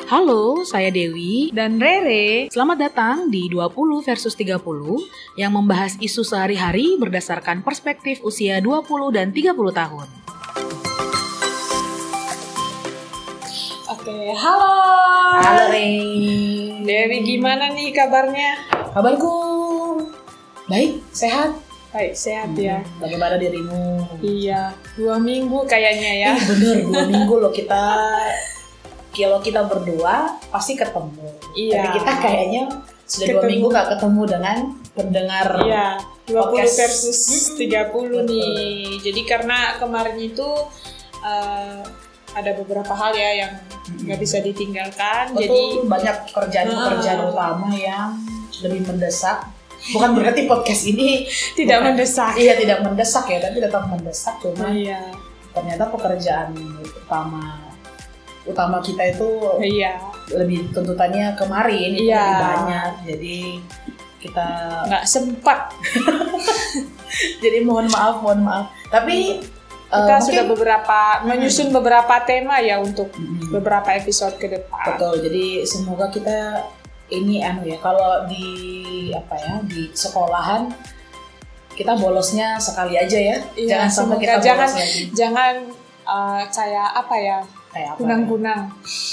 Halo, saya Dewi dan Rere. Selamat datang di 20 versus 30 yang membahas isu sehari-hari berdasarkan perspektif usia 20 dan 30 tahun. Oke, halo. Halo Re. Dewi, gimana nih kabarnya? Kabarku baik, sehat. Baik, sehat ya. Bagaimana dirimu? Iya, 2 minggu kayaknya ya. Bener, 2 minggu loh kalau kita berdua pasti ketemu. Iya. Tapi kita kayaknya sudah 2 minggu gak ketemu dengan pendengar. Iya, 20 podcast versus 30 nih. Jadi karena kemarin itu ada beberapa hal ya yang nggak bisa ditinggalkan. Betul, jadi banyak pekerjaan utama yang lebih mendesak. Bukan berarti podcast ini tidak mendesak. Iya, tidak mendesak ya, tapi tetap mendesak. Cuma Iya. ternyata pekerjaan utama kita itu lebih tuntutannya kemarin itu lebih banyak. Jadi kita nggak sempat. Jadi mohon maaf. Tapi kita sudah menyusun beberapa tema ya untuk beberapa episode ke depan. Betul. Jadi semoga kita ini kalau di sekolahan kita bolosnya sekali aja ya. Iya, jangan sampai kita bolos lagi. Jangan kayak kunang-kunang.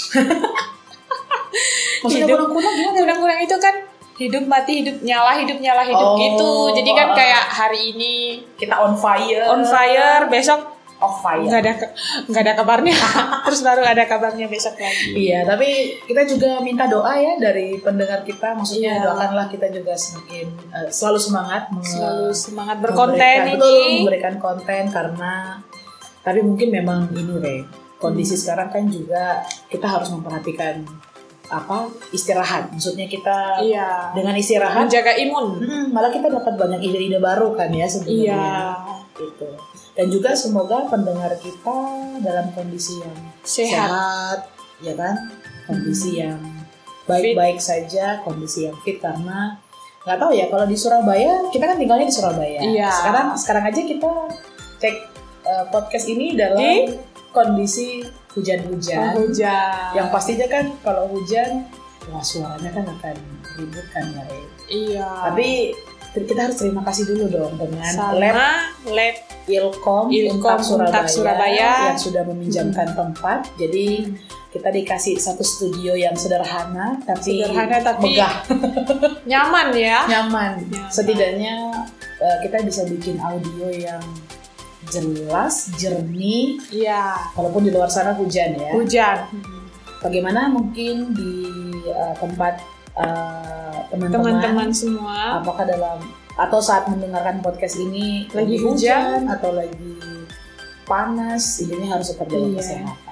Maksudnya kunang-kunang gimana? Kunang-kunang itu kan hidup mati, hidup nyala gitu. Jadi kan kayak hari ini kita on fire, besok off fire. Nggak ada kabarnya. Terus baru ada kabarnya besok lagi. Iya, tapi kita juga minta doa ya dari pendengar kita. Maksudnya doakanlah kita juga semakin selalu semangat berkonten ini. Memberikan konten karena tapi mungkin memang ini kondisi sekarang kan juga kita harus memperhatikan istirahat. Maksudnya kita dengan istirahat menjaga imun. Malah kita dapat banyak ide-ide baru kan ya sebenarnya. Iya. Gitu. Dan juga semoga pendengar kita dalam kondisi yang sehat ya kan? Kondisi yang baik-baik saja, kondisi yang fit karena nggak tahu ya kalau di Surabaya, kita kan tinggalnya di Surabaya. Iya. Sekarang aja kita cek podcast ini dalam kondisi hujan-hujan. Yang pastinya kan kalau hujan, suaranya kan akan ribut kan ya. Iya. Tapi kita harus terima kasih dulu dong dengan lab Ilkom Surabaya yang sudah meminjamkan tempat. Jadi kita dikasih satu studio yang sederhana tapi megah. Nyaman ya. Nyaman. Setidaknya kita bisa bikin audio yang jelas, jernih. Iya. Walaupun di luar sana hujan ya. Bagaimana mungkin di tempat teman-teman semua? Apakah atau saat mendengarkan podcast ini lagi hujan atau lagi panas? Intinya harus tetap jaga kesehatan.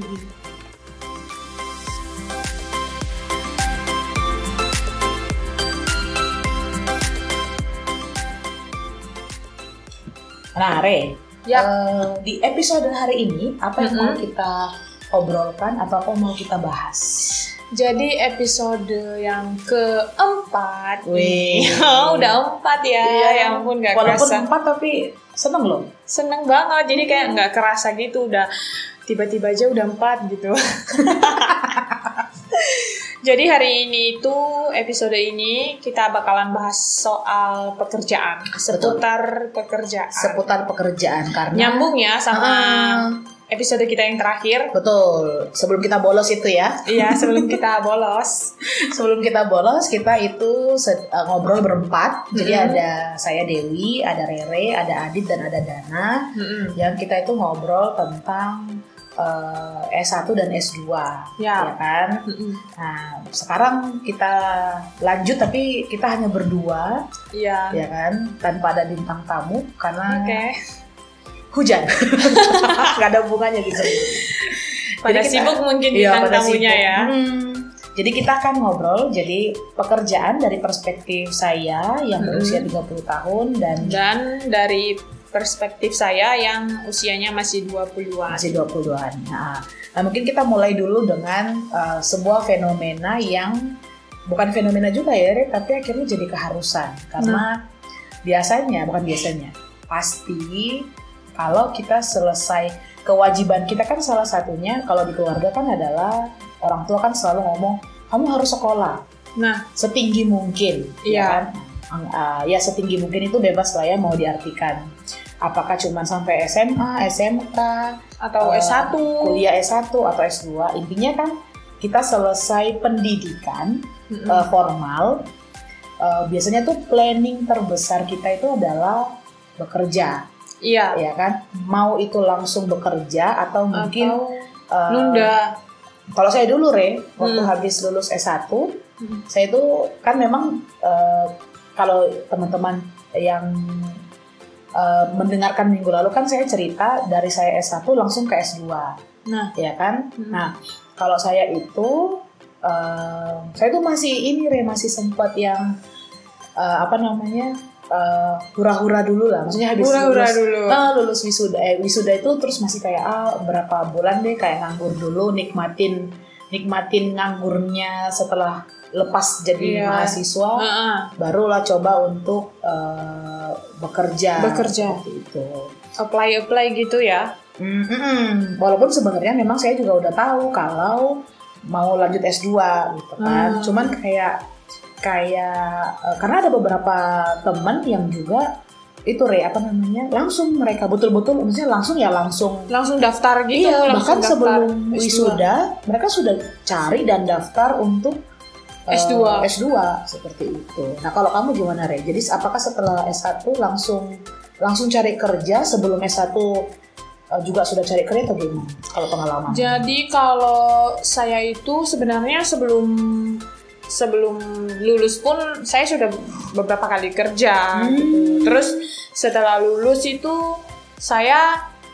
Nah, Re, di episode hari ini apa yang mau kita obrolkan atau apa mau kita bahas? Jadi episode yang keempat. Udah 4 ya. Iya. Ya ampun, gak walaupun kerasa. Walaupun 4 tapi seneng loh. Seneng banget. Jadi kayak gak kerasa gitu. Udah tiba-tiba aja udah 4 gitu. Jadi hari ini tuh episode ini kita bakalan bahas soal pekerjaan. Seputar pekerjaan karena nyambung ya sama episode kita yang terakhir. Betul. Sebelum kita bolos itu ya. Iya, sebelum kita bolos. Kita itu ngobrol berempat. Jadi ada saya Dewi, ada Rere, ada Adit dan ada Dana. Yang kita itu ngobrol tentang S1 dan S2 ya kan. Nah, sekarang kita lanjut tapi kita hanya berdua. Ya kan, tanpa ada bintang tamu karena hujan. Gak ada hubungannya gitu. Pada sibuk mungkin bintang tamunya ya. Jadi kita akan ngobrol pekerjaan dari perspektif saya yang berusia 30 tahun dan dari perspektif saya yang usianya masih 20-an. Nah, mungkin kita mulai dulu dengan sebuah fenomena yang bukan fenomena juga ya, tapi akhirnya jadi keharusan. Karena pasti kalau kita selesai kewajiban kita kan salah satunya kalau di keluarga kan adalah orang tua kan selalu ngomong kamu harus sekolah. Nah, setinggi mungkin, ya kan? Ya setinggi mungkin itu bebas lah ya mau diartikan. Apakah cuma sampai SMA, SMK, atau S1, kuliah S1 atau S2. Intinya kan kita selesai pendidikan formal. Biasanya tuh planning terbesar kita itu adalah bekerja. Iya. Ya kan? Mau itu langsung bekerja atau mungkin nunda. Kalau saya dulu waktu habis lulus S1, saya itu kan memang kalau teman-teman yang mendengarkan minggu lalu kan saya cerita dari saya S1 langsung ke S2. Nah, ya kan? Nah, kalau saya itu saya tuh masih sempat yang hura-hura dulu lah. Maksudnya habis lulus wisuda itu terus masih kayak berapa bulan deh kayak nganggur dulu, nikmatin nganggurnya setelah lepas jadi mahasiswa, barulah coba untuk bekerja seperti itu. Apply gitu ya. Walaupun sebenarnya memang saya juga udah tahu kalau mau lanjut S2 gitu kan. Cuman kayak karena ada beberapa teman yang juga itu langsung mereka betul-betul maksudnya langsung daftar gitu. Iya, bahkan sebelum wisuda mereka sudah cari dan daftar untuk S2 seperti itu. Nah, kalau kamu gimana, Re? Jadi apakah setelah S1 langsung cari kerja, sebelum S1 juga sudah cari kerja atau gimana? Kalau pengalaman? Jadi kalau saya itu sebenarnya sebelum lulus pun saya sudah beberapa kali kerja gitu. Terus setelah lulus itu saya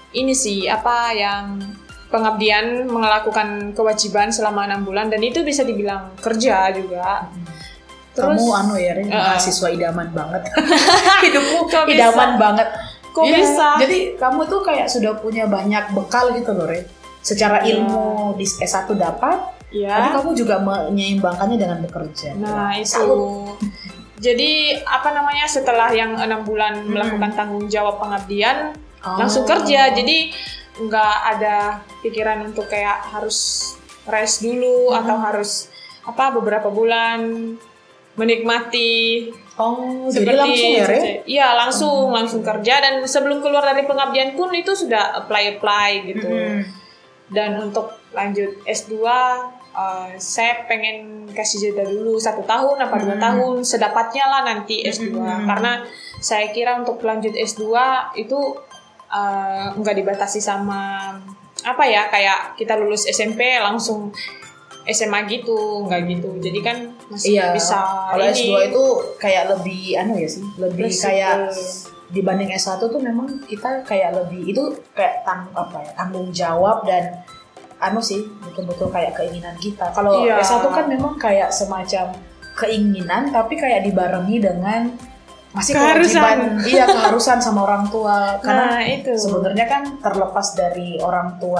pengabdian melakukan kewajiban selama 6 bulan dan itu bisa dibilang kerja juga. Terus, kamu mahasiswa idaman banget. Hidupmu idaman banget. Kok bisa? Jadi kamu tuh kayak sudah punya banyak bekal gitu loh, Re. Secara ilmu di S1 dapat. Tapi kamu juga menyeimbangkannya dengan bekerja. Nah, itu. Jadi setelah yang 6 bulan melakukan tanggung jawab pengabdian, langsung kerja. Jadi nggak ada pikiran untuk kayak harus rest dulu atau harus beberapa bulan menikmati. Jadi langsung ya, Re? Iya, langsung kerja dan sebelum keluar dari pengabdian pun itu sudah apply gitu. Dan untuk lanjut S2 saya pengen kasih jeda dulu 1 tahun apa 2 tahun sedapatnya lah nanti S2 karena saya kira untuk lanjut S2 itu nggak dibatasi sama kayak kita lulus SMP langsung SMA gitu, nggak gitu. Jadi kan masih bisa. Kalau S2 itu kayak lebih lebih kayak dibanding S1 tuh memang kita kayak lebih itu kayak tanggung jawab dan betul-betul kayak keinginan kita. Kalau S1 kan memang kayak semacam keinginan tapi kayak dibarengi dengan masih keharusan sama orang tua karena sebenarnya kan terlepas dari orang tua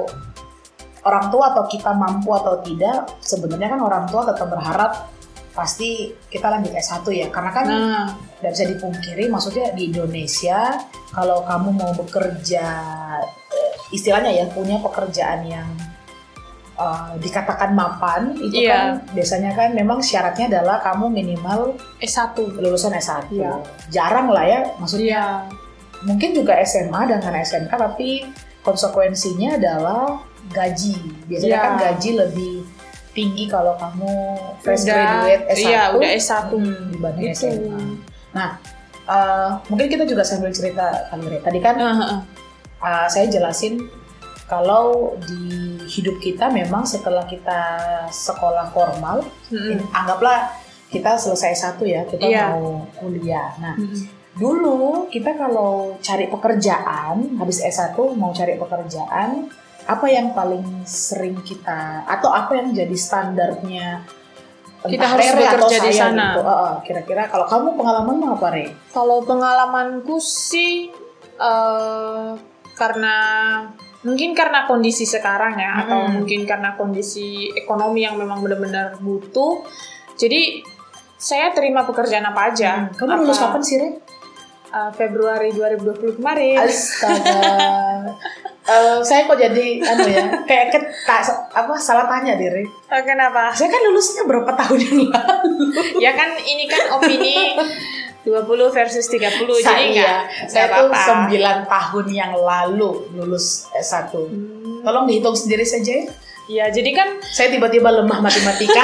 atau kita mampu atau tidak, sebenarnya kan orang tua tetap berharap pasti kita lanjut S1 ya, karena kan tidak bisa dipungkiri, maksudnya di Indonesia kalau kamu mau bekerja istilahnya ya punya pekerjaan yang dikatakan mapan itu kan biasanya kan memang syaratnya adalah kamu minimal S1, lulusan S1. Jarang lah ya, maksudnya mungkin juga SMA dengan SMK, tapi konsekuensinya adalah gaji. Biasanya kan gaji lebih tinggi kalau kamu fresh graduate S1 udah S1 dibanding SMA. Nah, mungkin kita juga sambil cerita kali ini. Tadi kan saya jelasin kalau di hidup kita memang setelah kita sekolah formal, anggaplah kita selesai S1 ya, kita mau kuliah. Nah, dulu kita kalau cari pekerjaan, habis S1 mau cari pekerjaan, apa yang paling sering kita, atau apa yang jadi standarnya kita harus bekerja di sana gitu. Kira-kira kalau kamu pengalamanmu apa, Re? Kalau pengalamanku sih karena kondisi sekarang ya, atau mungkin karena kondisi ekonomi yang memang benar-benar butuh, jadi saya terima pekerjaan apa aja. Kamu lulus kapan sih, Re? Februari 2020 kemarin. Astaga. Saya kok jadi kayak salah tanya diri. Kenapa? Saya kan lulusnya berapa tahun yang lalu? Ya kan ini kan opini 20 versus 30 jadi saya tuh 9 tahun yang lalu lulus S1. Tolong dihitung sendiri saja ya. Ya, jadi kan saya tiba-tiba lemah matematika.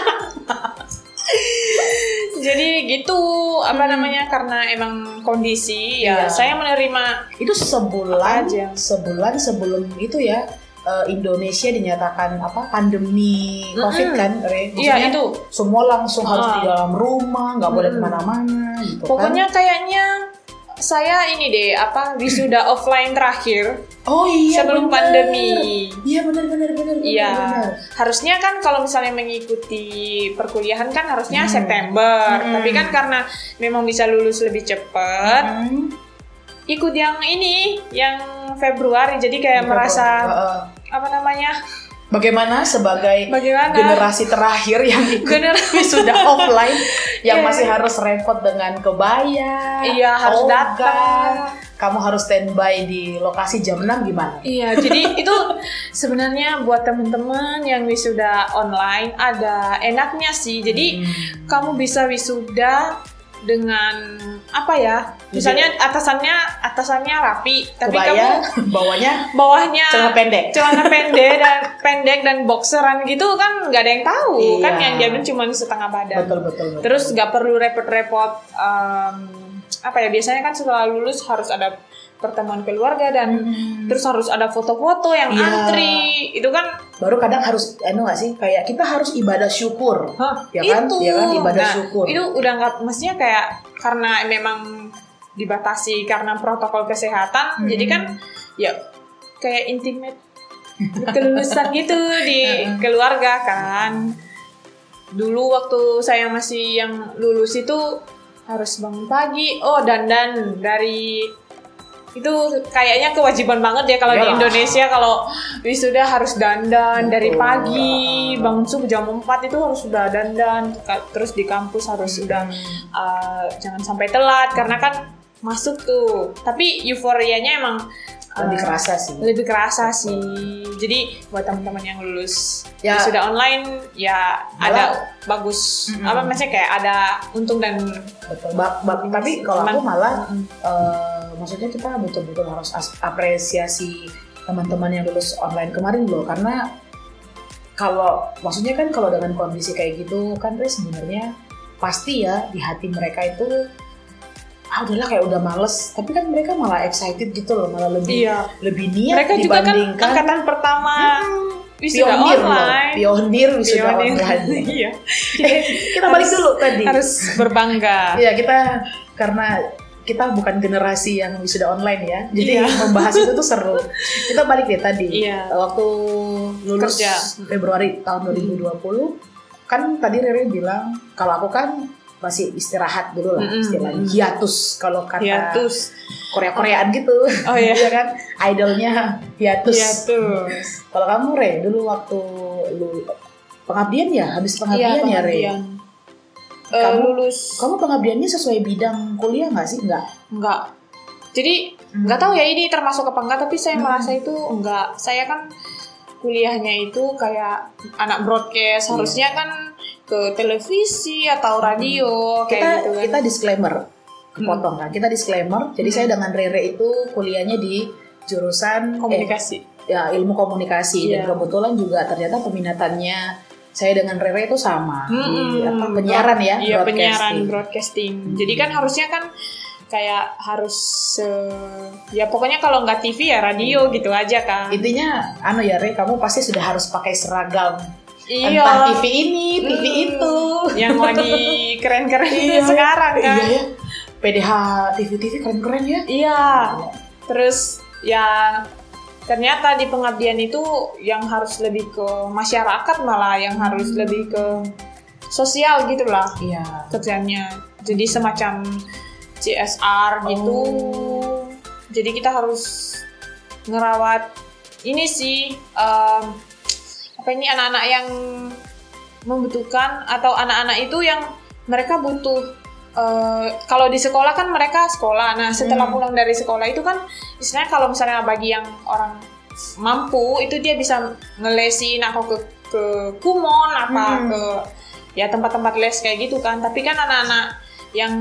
Jadi gitu karena emang kondisi saya menerima itu sebulan sebelum itu ya Indonesia dinyatakan pandemi COVID kan, Re? Iya itu semua langsung harus di dalam rumah, nggak boleh kemana-mana gitu. Pokoknya kayaknya saya ini deh wisuda offline terakhir. Oh iya. Sebelum pandemi. Iya benar. Iya. Harusnya kan kalau misalnya mengikuti perkuliahan kan harusnya September. Tapi kan karena memang bisa lulus lebih cepat, ikut yang Februari. Jadi kayak merasa Bagaimana sebagai generasi terakhir yang ikut wisuda offline yang masih harus repot dengan kebaya, harus datang. Kamu harus standby di lokasi jam 6 gimana? Iya, jadi itu sebenarnya buat teman-teman yang wisuda online ada enaknya sih. Jadi kamu bisa wisuda dengan misalnya atasannya rapi, tapi kebaya, kamu bawahnya celana pendek dan boxeran gitu kan nggak ada yang tahu kan, yang diambil cuma setengah badan. Betul. Terus nggak perlu repot-repot biasanya kan setelah lulus harus ada pertemuan keluarga dan terus harus ada foto-foto yang antri, itu kan baru kadang harus nggak sih, kayak kita harus ibadah syukur. Ya kan ibadah syukur itu udah nggak, mestinya kayak karena memang dibatasi karena protokol kesehatan, jadi kan ya kayak intimate kelulusan gitu di keluarga kan. Dulu waktu saya masih yang lulus itu harus bangun pagi, dandan dari itu kayaknya kewajiban banget ya kalau di Indonesia, kalau wisuda harus dandan dari pagi, bangun subuh jam 4 itu harus sudah dandan, terus di kampus harus sudah jangan sampai telat karena kan masuk tuh. Tapi euforianya emang lebih kerasa sih. Jadi buat teman-teman yang lulus wisuda online ada bagus maksudnya kayak ada untung dan betul. Tapi kalau aku malah maksudnya kita betul-betul harus apresiasi teman-teman yang lulus online kemarin loh, karena maksudnya kan kalau dengan kondisi kayak gitu kan sebenarnya pasti ya di hati mereka itu udahlah kayak udah males, tapi kan mereka malah excited gitu loh, malah lebih niat mereka dibandingkan. Juga kan angkatan pertama wisuda pionir online. Pionir wisuda online. Iya. Kita balik dulu tadi. Harus berbangga. Iya, karena kita bukan generasi yang wisuda online ya, jadi membahas itu tuh seru. Kita balik deh tadi. Waktu lulus Februari tahun 2020, kan tadi Rere bilang kalau aku kan masih istirahat dulu lah, istilahnya hiatus kalau kata Korea-Koreaan gitu. Oh iya. Ya kan, idolnya hiatus. Kalau kamu Re, dulu waktu pengabdian ya, habis pengabdian ya Re. Kamu lulus. Kamu pengabdiannya sesuai bidang kuliah nggak sih? Enggak. Jadi nggak tahu ya ini termasuk apa enggak, tapi saya merasa itu enggak. Saya kan kuliahnya itu kayak anak broadcast, harusnya kan ke televisi atau radio kayak gitu kan. Kita disclaimer, kepotong kan. Kita disclaimer. Jadi saya dengan Rere itu kuliahnya di jurusan komunikasi. Ilmu komunikasi dan kebetulan juga ternyata peminatannya saya dengan Rere itu sama di penyiaran ya, penyiaran broadcasting. Jadi kan harusnya kan kayak harus pokoknya kalau nggak TV ya radio gitu aja kan. Intinya ya Re, kamu pasti sudah harus pakai seragam. Entah TV ini, TV itu yang lagi keren-keren sekarang kan. Iya ya. PDH TV keren-keren ya. Iya. Terus ternyata di pengabdian itu yang harus lebih ke masyarakat, malah yang harus lebih ke sosial gitu lah. Iya. Kerjanya. Jadi semacam CSR gitu. Jadi kita harus ngerawat ini sih anak-anak yang membutuhkan atau anak-anak itu yang mereka butuh kalau di sekolah kan mereka sekolah. Nah setelah pulang dari sekolah itu kan istilahnya kalau misalnya bagi yang orang mampu itu dia bisa ngelesin atau ke kumon apa ke ya tempat-tempat les kayak gitu kan. Tapi kan anak-anak yang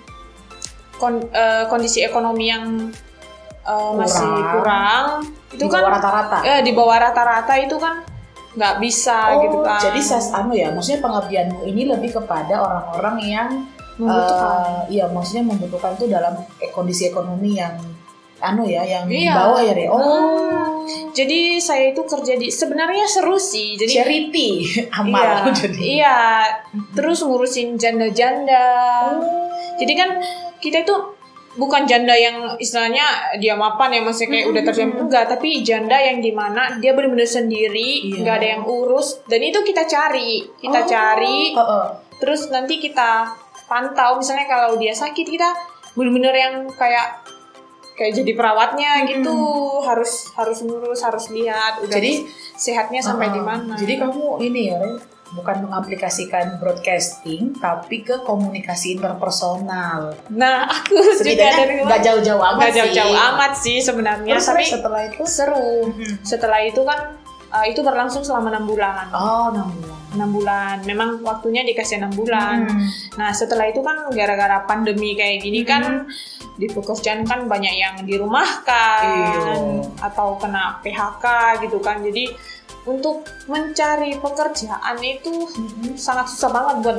kondisi ekonomi yang masih kurang itu kan di bawah rata-rata itu kan nggak bisa gitu kan. Jadi maksudnya pengabdianmu ini lebih kepada orang-orang yang membutuhkan. Iya, maksudnya membutuhkan tuh dalam kondisi ekonomi yang yang di bawah ya deh. Jadi saya itu kerja di sebenarnya seru sih. Jadi charity amal. Iya. Terus ngurusin janda-janda. Jadi kan kita itu bukan janda yang istilahnya dia mapan ya masih kayak udah terjamin enggak, tapi janda yang dimana dia benar-benar sendiri, nggak ada yang urus, dan itu kita cari, terus nanti kita pantau, misalnya kalau dia sakit kita benar-benar yang kayak jadi perawatnya gitu, harus ngurus, harus lihat udah jadi sehatnya sampai di mana. Jadi kamu ini ya bukan mengaplikasikan broadcasting tapi ke komunikasi interpersonal. Nah, aku juga dari nggak jauh-jauh amat sih sebenarnya. Terus tapi setelah itu seru. Setelah itu kan itu berlangsung selama 6 bulan. 6 bulan. Memang waktunya dikasih 6 bulan. Nah, setelah itu kan gara-gara pandemi kayak gini kan di pekerjaan kan banyak yang dirumahkan atau kena PHK gitu kan. Jadi untuk mencari pekerjaan itu sangat susah banget buat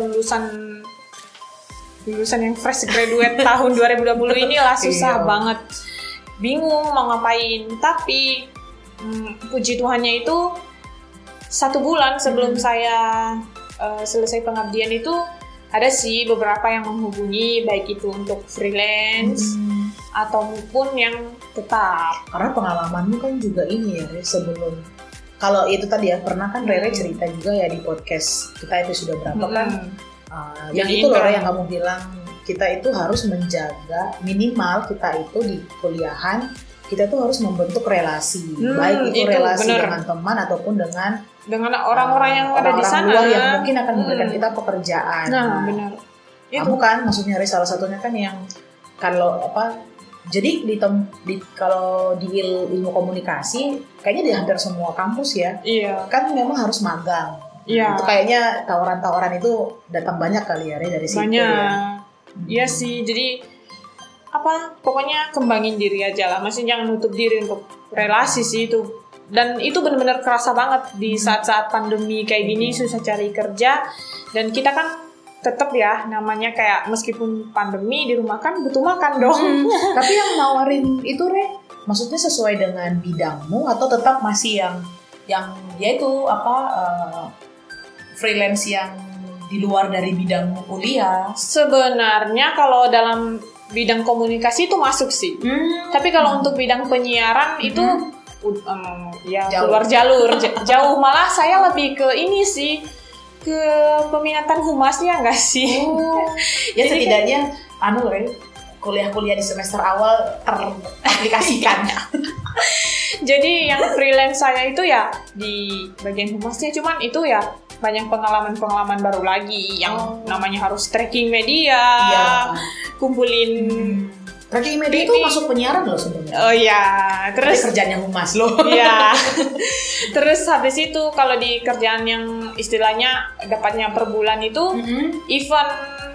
lulusan yang fresh graduate tahun 2020 ini lah, susah banget, bingung mau ngapain. Tapi puji Tuhannya itu 1 bulan sebelum saya selesai pengabdian itu ada sih beberapa yang menghubungi, baik itu untuk freelance ataupun yang tetap. Karena pengalamanmu kan juga ini ya sebelum, kalau itu tadi ya pernah kan Rere cerita juga ya di podcast kita itu sudah berapa kan yang itu loh yang kamu bilang kita itu harus menjaga minimal kita itu di kuliahan kita tuh harus membentuk relasi, baik itu relasi dengan teman ataupun dengan orang-orang yang ada di sana luar yang mungkin akan memberikan kita pekerjaan. Benar. Kamu kan maksudnya salah satunya kan yang kalau jadi kalau di ilmu komunikasi kayaknya di hampir semua kampus ya. Iya. Kan memang harus magang. Iya. Itu kayaknya tawaran-tawaran itu datang banyak kali ya dari situ. Banyak. Ya. Iya sih. Jadi pokoknya kembangin diri aja lah. Maksudnya jangan nutup diri untuk relasi sih itu. Dan itu benar-benar kerasa banget di saat-saat pandemi kayak gini, susah cari kerja, dan kita kan tetap ya namanya kayak meskipun pandemi di rumah kan butuh makan dong. Tapi yang nawarin itu maksudnya sesuai dengan bidangmu atau tetap masih yang yaitu freelance yang di luar dari bidangmu kuliah? Sebenarnya kalau dalam bidang komunikasi itu masuk sih. Tapi kalau untuk bidang penyiaran itu keluar jalur jauh. Malah saya lebih ke ini sih, ke peminatan humasnya nggak sih? Ya setidaknya kuliah-kuliah di semester awal teraplikasikan. Jadi yang freelance saya itu ya di bagian humasnya, cuman itu ya banyak pengalaman baru lagi yang namanya harus tracking media, kumpulin tracking media itu masuk penyiaran loh sebenarnya. Oh iya, terus kerjanya humas loh. Iya. Terus habis itu kalau di kerjaan yang istilahnya dapatnya per bulan itu event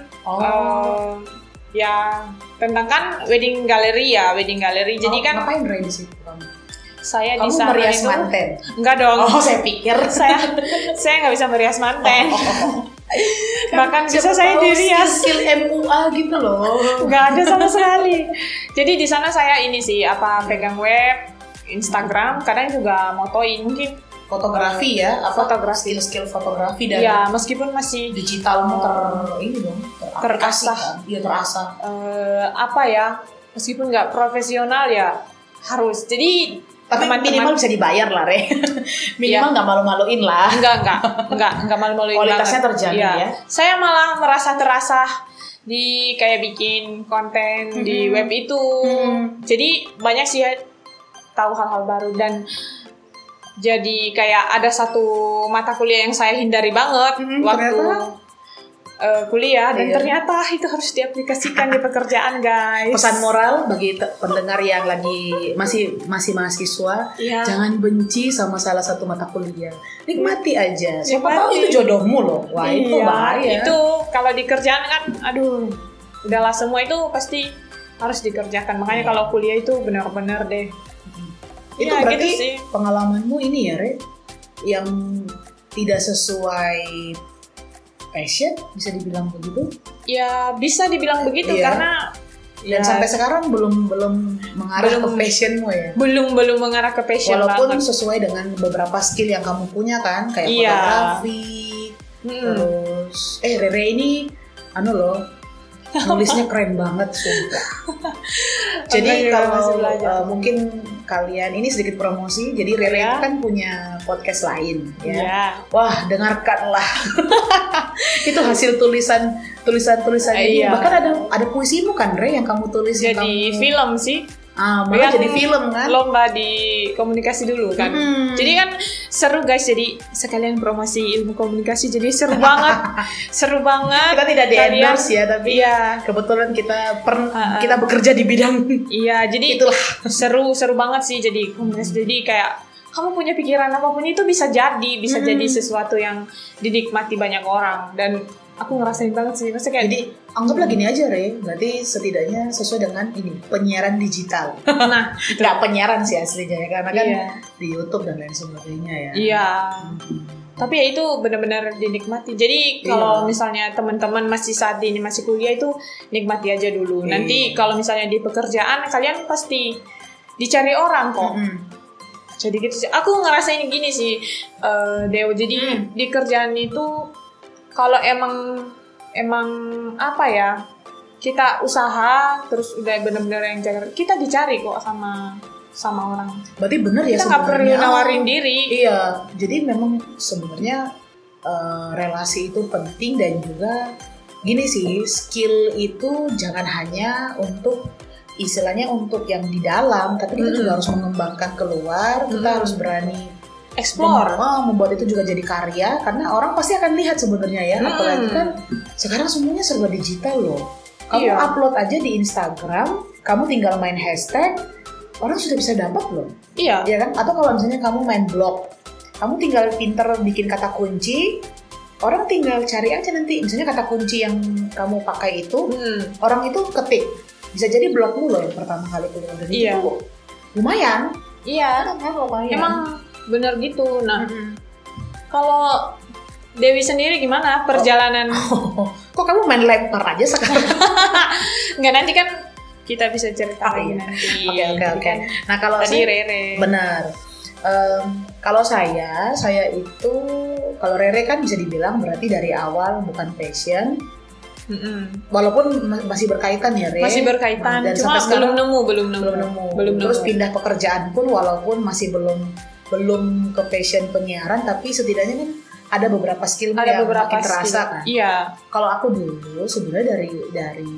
ya tentang kan wedding gallery. Jadi kan ngapain di situ kamu? Saya di sana merias manten. Enggak dong. Saya pikir saya nggak bisa merias manten. Bahkan bisa saya dirias skill MUA gitu loh. Nggak ada sama sekali. Jadi di sana saya ini sih pegang web, Instagram, kadang juga motoin, mungkin fotografi fotografi, skill fotografi dan ya meskipun masih digitalmu terasah. Iya terasa. Meskipun nggak profesional ya harus. Jadi tapi minimal bisa dibayar lah, minimal nggak malu-maluin lah. Enggak malu-maluin. Kualitasnya terjamin ya. Saya malah merasa terasa di kayak bikin konten di web itu. Jadi banyak sih tahu hal-hal baru, dan jadi kayak ada satu mata kuliah yang saya hindari banget kuliah dan ternyata itu harus diaplikasikan di pekerjaan, guys. Pesan moral bagi pendengar yang lagi masih mahasiswa, jangan benci sama salah satu mata kuliah. Nikmati aja. Siapa tahu itu jodohmu loh. Wah, itu bahaya. Itu kalau di kerjaan kan aduh, udahlah semua itu pasti harus dikerjakan. Makanya kalau kuliah itu benar-benar deh. Itu berarti gitu sih. Pengalamanmu ini ya, Re, yang tidak sesuai passion, bisa dibilang begitu? Ya bisa dibilang begitu karena dan sampai sekarang belum mengarah ke passionmu ya? Belum mengarah ke passion. Walaupun banget. Sesuai dengan beberapa skill yang kamu punya kan, kayak fotografi, terus Rere ini nulisnya keren banget sumpah. Jadi kalau mungkin kalian ini sedikit promosi, jadi Rere itu kan punya podcast lain ya. Wah, dengarkanlah. Itu hasil tulisan-tulisannya. Bahkan ada puisimu kan, Re, yang kamu tulis. Jadi film sih. Malah jadi film kan. Lomba di komunikasi dulu kan. Jadi kan seru guys, jadi sekalian promosi ilmu komunikasi, jadi seru banget. Seru banget. Kita tidak di-endorse ya, tapi kebetulan kita bekerja di bidang. Iya, jadi itulah. Seru banget sih jadi komunikasi. Jadi kayak kamu punya pikiran apapun itu bisa jadi sesuatu yang dinikmati banyak orang, dan aku ngerasain banget sih. Maksudnya kayak jadi anggaplah gini aja, Re, berarti setidaknya sesuai dengan ini penyiaran digital. Nah, nggak penyiaran sih aslinya ya, karena kan di YouTube dan lain sebagainya ya. Iya. Tapi ya itu benar-benar dinikmati. Jadi kalau misalnya teman-teman masih saat ini masih kuliah itu nikmati aja dulu. Nanti kalau misalnya di pekerjaan kalian pasti dicari orang kok. Jadi gitu sih. Aku ngerasain gini sih, Deo. Jadi di kerjaan itu kalau emang apa ya, kita usaha terus udah benar-benar yang jaga, kita dicari kok sama orang. Berarti benar ya, kita nggak perlu nawarin diri. Iya, jadi memang sebenarnya relasi itu penting, dan juga gini sih, skill itu jangan hanya untuk istilahnya untuk yang di dalam, tapi kita juga harus mengembangkan keluar. Kita harus berani explore, membuat itu juga jadi karya, karena orang pasti akan lihat sebenarnya ya. Apalagi kan sekarang semuanya serba digital loh. Kamu upload aja di Instagram, kamu tinggal main hashtag, orang sudah bisa dapat loh. Iya kan? Atau kalau misalnya kamu main blog, kamu tinggal pinter bikin kata kunci, orang tinggal cari aja nanti misalnya kata kunci yang kamu pakai itu, orang itu ketik, bisa jadi blogmu loh yang pertama kali keluar dari itu. Lumayan. Iya. Lumayan. Emang bener gitu. Nah, kalau Dewi sendiri gimana perjalanan? Kok kamu main lempar aja sekarang? Nggak, nanti kan kita bisa cerita lagi nanti. Oke. Nah kalau tadi Rere. Benar. Kalau saya itu, kalau Rere kan bisa dibilang berarti dari awal bukan passion. Walaupun masih berkaitan ya, Re. Masih berkaitan. Dan cuma belum nemu. Terus pindah pekerjaan pun walaupun masih belum ke passion penyiaran, tapi setidaknya kan ada beberapa skill yang makin terasa kan. Iya. Kalau aku dulu sebenarnya dari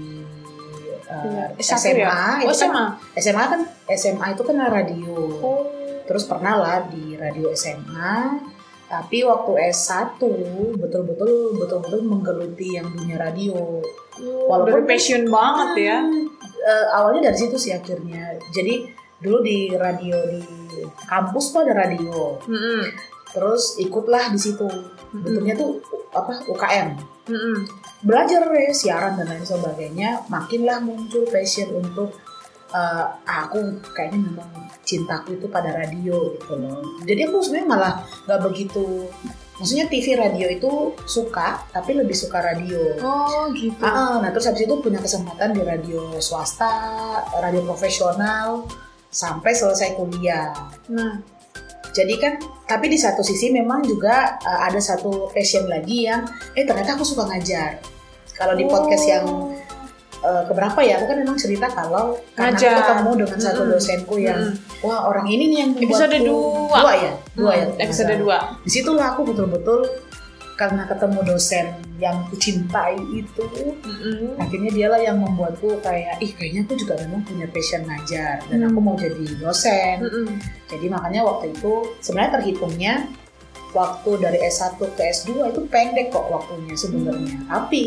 SMA. SMA itu kan radio. Terus pernah lah di radio SMA. Tapi waktu S1 betul-betul menggeluti yang dunia radio. Walaupun passion banget ya. Awalnya dari situ sih akhirnya. Jadi dulu di radio di kampus tuh ada radio. Terus ikutlah di situ. Betulnya tuh UKM. Belajar ya siaran dan lain sebagainya. Makinlah muncul passion untuk aku kayaknya memang cintaku itu pada radio gitu loh. Jadi aku sebenarnya malah nggak begitu, maksudnya TV radio itu suka, tapi lebih suka radio. Oh gitu. Nah terus habis itu punya kesempatan di radio swasta, radio profesional sampai selesai kuliah. Nah, jadi kan, tapi di satu sisi memang juga ada satu passion lagi yang ternyata aku suka ngajar. Kalau di podcast yang keberapa ya, aku kan memang cerita kalau karena aku ketemu dengan satu dosenku yang wah orang ini nih yang membuatku episode 2 episode 2. Disitulah aku betul-betul karena ketemu dosen yang kucintai itu, akhirnya dialah yang membuatku kayak kayaknya aku juga memang punya passion ngajar dan aku mau jadi dosen. Jadi makanya waktu itu sebenarnya terhitungnya waktu dari S1 ke S2 itu pendek kok waktunya sebenarnya. Tapi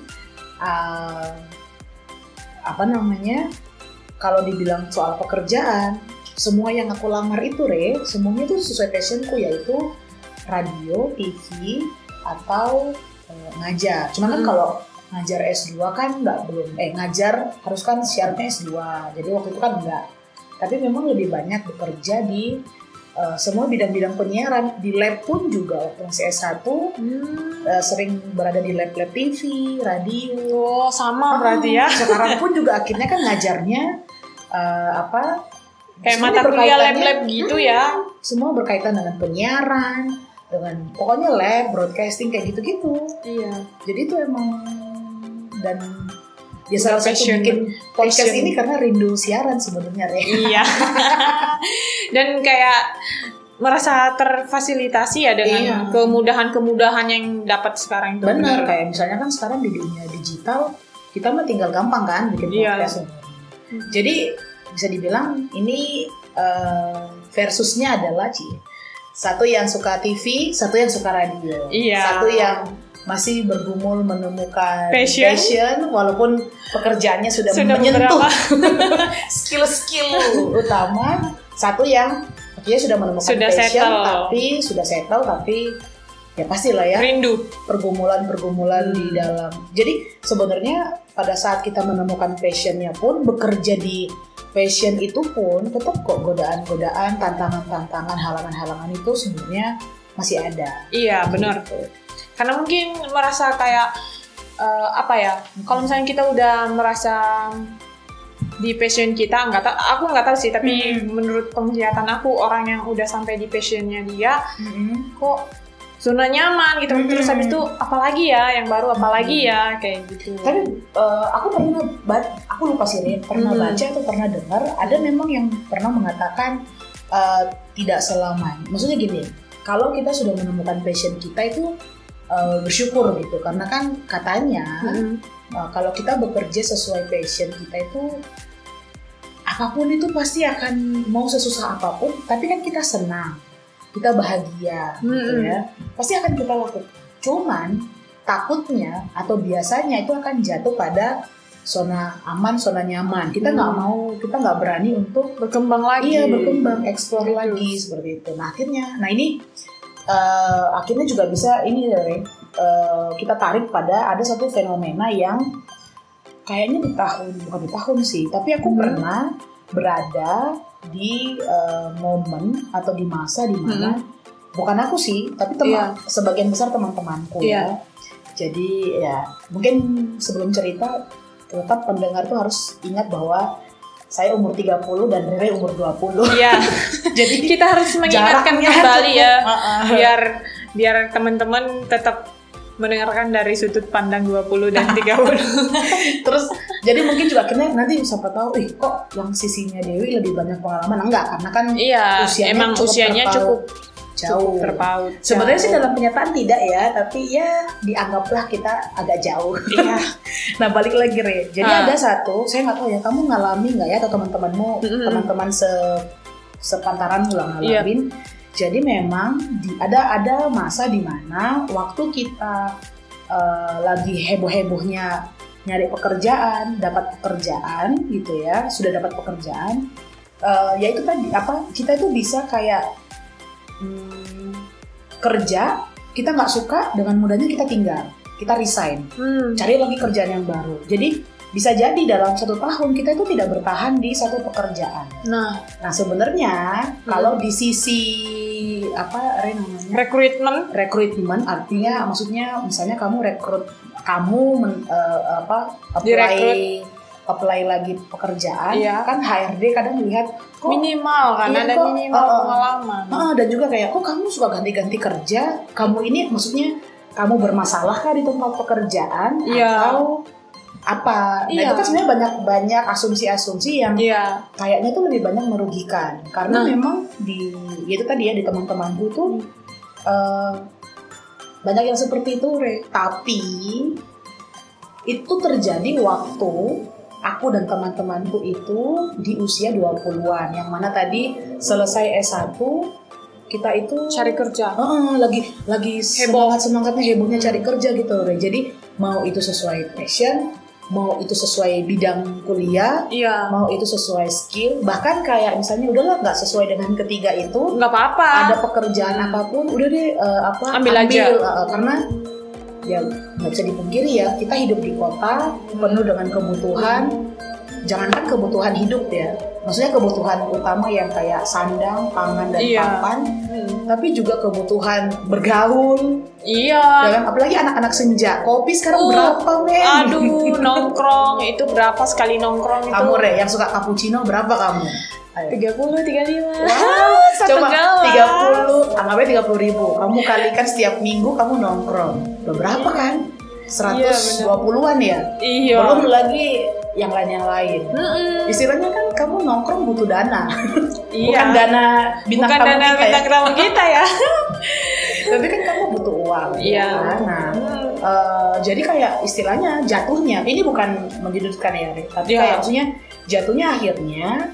apa namanya, kalau dibilang soal pekerjaan, semua yang aku lamar itu semuanya itu sesuai passionku, yaitu radio, TV, atau ngajar. Cuman kan kalau ngajar S2 kan ngajar harus kan syaratnya S2. Jadi waktu itu kan enggak. Tapi memang lebih banyak bekerja di semua bidang-bidang penyiaran. Di lab pun juga waktu masih S1 sering berada di lab-lab TV, radio. Oh, sama berarti ya. Sekarang pun juga akhirnya kan ngajarnya kayak mata kuliah lab-lab gitu ya. Semua berkaitan dengan penyiaran, dengan pokoknya lab, broadcasting kayak gitu-gitu. Iya. Jadi itu emang, dan ya salah satu bikin podcast ini karena rindu siaran sebenarnya. Iya. Dan kayak merasa terfasilitasi ya dengan kemudahan-kemudahan yang dapat sekarang itu. Benar, kayak misalnya kan sekarang di dunia digital kita mah tinggal gampang kan bikin podcast. Jadi bisa dibilang ini versusnya adalah satu yang suka TV, satu yang suka radio, satu yang masih bergumul menemukan passion walaupun pekerjaannya sudah menyentuh skill-skill utama, satu yang sudah menemukan passion tapi sudah settle, tapi ya pastilah ya rindu pergumulan di dalam. Jadi sebenarnya pada saat kita menemukan passionnya pun, bekerja di passion itu pun tetap kok godaan-godaan, tantangan-tantangan, halangan-halangan itu sebenarnya masih ada. Iya benar. Gitu. Karena mungkin merasa kayak kalau misalnya kita udah merasa di passion kita, aku nggak tahu sih, tapi menurut penglihatan aku, orang yang udah sampai di passionnya dia kok zona nyaman gitu. Terus habis itu apalagi ya yang baru, apalagi ya kayak gitu. Tapi aku lupa sih pernah baca atau pernah dengar ada memang yang pernah mengatakan tidak selamanya. Maksudnya gini, kalau kita sudah menemukan passion kita itu bersyukur gitu, karena kan katanya kalau kita bekerja sesuai passion kita itu apapun itu pasti akan, mau sesusah apapun, tapi kan kita senang, kita bahagia gitu ya, pasti akan kita lakukan. Cuman takutnya atau biasanya itu akan jatuh pada zona aman, zona nyaman. Kita nggak mau, kita nggak berani untuk berkembang lagi. Iya, berkembang, explore lagi seperti itu. Nah ini akhirnya juga bisa kita tarik pada ada satu fenomena yang kayaknya bukan di tahun sih, tapi aku pernah berada di momen atau di masa di mana bukan aku sih, tapi sebagian besar teman-temanku ya. Jadi ya mungkin sebelum cerita, tetap pendengar tuh harus ingat bahwa saya umur 30 dan Rere umur 20. Iya. Jadi kita harus mengingatkan kembali ya, biar teman-teman tetap mendengarkan dari sudut pandang 20 dan 30. Terus jadi mungkin juga akhirnya nanti siapa tahu kok yang sisinya Dewi lebih banyak pengalaman. Enggak, karena kan usianya cukup jauh, terpaut. Sebenarnya sih dalam kenyataan tidak ya, tapi ya dianggaplah kita agak jauh. Iya. Nah balik lagi Jadi ada satu, saya nggak tahu ya kamu ngalami nggak ya, atau teman-temanmu, teman-teman sepantaranmu lah ngalamin. Jadi memang ada masa di mana waktu kita lagi heboh-hebohnya nyari pekerjaan, dapat pekerjaan gitu ya, sudah dapat pekerjaan, ya itu tadi kita itu bisa kayak kerja, kita nggak suka, dengan mudahnya kita tinggal, kita resign, cari lagi kerjaan yang baru. Jadi bisa jadi dalam 1 tahun kita itu tidak bertahan di satu pekerjaan. Nah sebenarnya kalau di sisi rekrutmen artinya, maksudnya misalnya kamu apply lagi pekerjaan, kan HRD kadang melihat minimal kan, ada minimal pengalaman. Dan juga kayak kok kamu suka ganti-ganti kerja, kamu ini maksudnya kamu bermasalah kah di tempat pekerjaan atau apa? Nah itu kan sebenarnya banyak asumsi-asumsi yang kayaknya tuh lebih banyak merugikan, karena memang di teman-temanku tuh banyak yang seperti itu tapi itu terjadi waktu aku dan teman-temanku itu di usia 20-an, yang mana tadi selesai S1 kita itu cari kerja. Lagi semangatnya hebohnya cari kerja gitu. Jadi mau itu sesuai passion, mau itu sesuai bidang kuliah, mau itu sesuai skill, bahkan kayak misalnya udahlah nggak sesuai dengan ketiga itu, nggak apa-apa. Ada pekerjaan apapun, udah deh ambil aja. Karena ya nggak bisa dipungkiri ya, kita hidup di kota penuh dengan kebutuhan. Jangankan kebutuhan hidup ya, maksudnya kebutuhan utama yang kayak sandang, pangan, dan papan, tapi juga kebutuhan bergaul. Iya. Ya kan? Apalagi anak-anak senja, kopi sekarang berapa, men? Aduh, nongkrong itu berapa sekali nongkrong itu? Kamu Re, yang suka cappuccino berapa kamu? 30, 35. Wow, coba gelas. 30, anggapnya 30.000. Kamu kalikan setiap minggu kamu nongkrong. Berapa kan? 120-an ya? Iya. Belum lagi yang lain. Istilahnya kan kamu nongkrong butuh dana. Bukan dana bintang tamu kita ya. Tapi kan kamu butuh uang. Iya. Nah, jadi kayak istilahnya jatuhnya, ini bukan menjudutkan ya, tapi kayak maksudnya jatuhnya akhirnya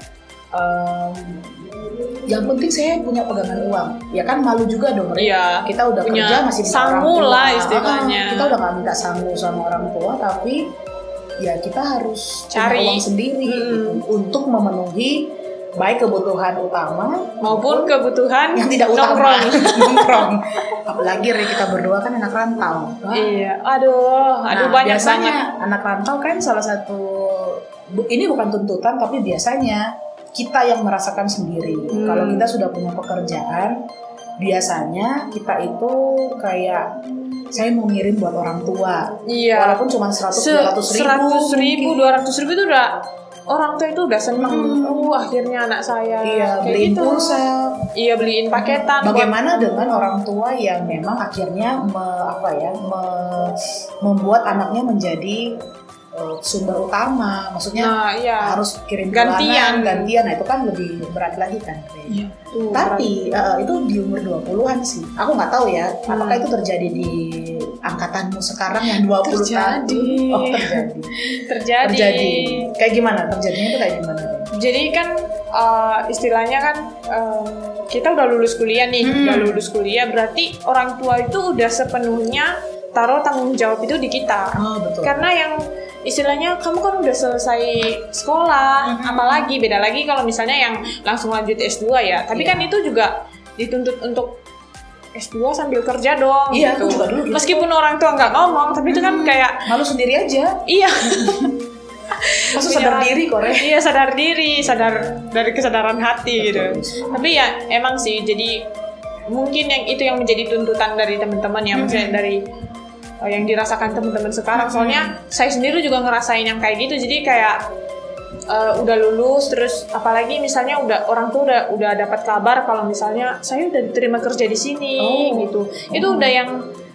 yang penting saya punya pegangan uang. Ya kan malu juga dong, Iya. Kita udah punya kerja masih minta sangu orang tua. lah istilahnya. Kita udah gak minta sangu sama orang tua, tapi ya kita harus cari uang sendiri gitu, untuk memenuhi baik kebutuhan utama maupun kebutuhan yang tidak utama. Nongkrong. Apalagi kita berdua kan anak rantau. Iya. Aduh banyak banget. Anak rantau kan salah satu, ini bukan tuntutan tapi biasanya kita yang merasakan sendiri. Kalau kita sudah punya pekerjaan, biasanya kita itu kayak saya mau ngirim buat orang tua. Iya. Walaupun cuma 100-200 ribu. 200 ribu itu udah orang tua itu udah seneng. Akhirnya anak saya beliin gitu. pulsa. Iya, beliin paketan. Bagaimana dengan orang tua yang memang akhirnya membuat anaknya menjadi sumber utama, maksudnya harus kirim gantian. Nah itu kan lebih berat lagi kan. Iya, tapi itu di umur 20-an sih. Aku nggak tahu ya, apakah itu terjadi di angkatanmu sekarang yang 20 tahun? Oh, terjadi. Kayak gimana? Terjadinya itu kayak gimana? Jadi kan istilahnya kan kita udah lulus kuliah nih, berarti orang tua itu udah sepenuhnya taruh tanggung jawab itu di kita. Betul. Karena yang istilahnya kamu kan udah selesai sekolah, apalagi beda lagi kalau misalnya yang langsung lanjut S2 ya. Tapi kan itu juga dituntut untuk S2 sambil kerja dong. Iya, gitu. Aku juga dulu gitu. Meskipun orang tua nggak ngomong, tapi itu kan kayak malu sendiri aja. Iya. Maksud sadar diri kok, Iya, sadar diri, sadar dari kesadaran hati gitu. Tapi ya emang sih, jadi mungkin yang menjadi tuntutan dari teman-teman ya, misalnya dari yang dirasakan teman-teman sekarang. Soalnya saya sendiri juga ngerasain yang kayak gitu. Jadi kayak udah lulus, terus apalagi misalnya orang tuh udah dapat kabar kalau misalnya saya udah diterima kerja di sini gitu. Itu udah yang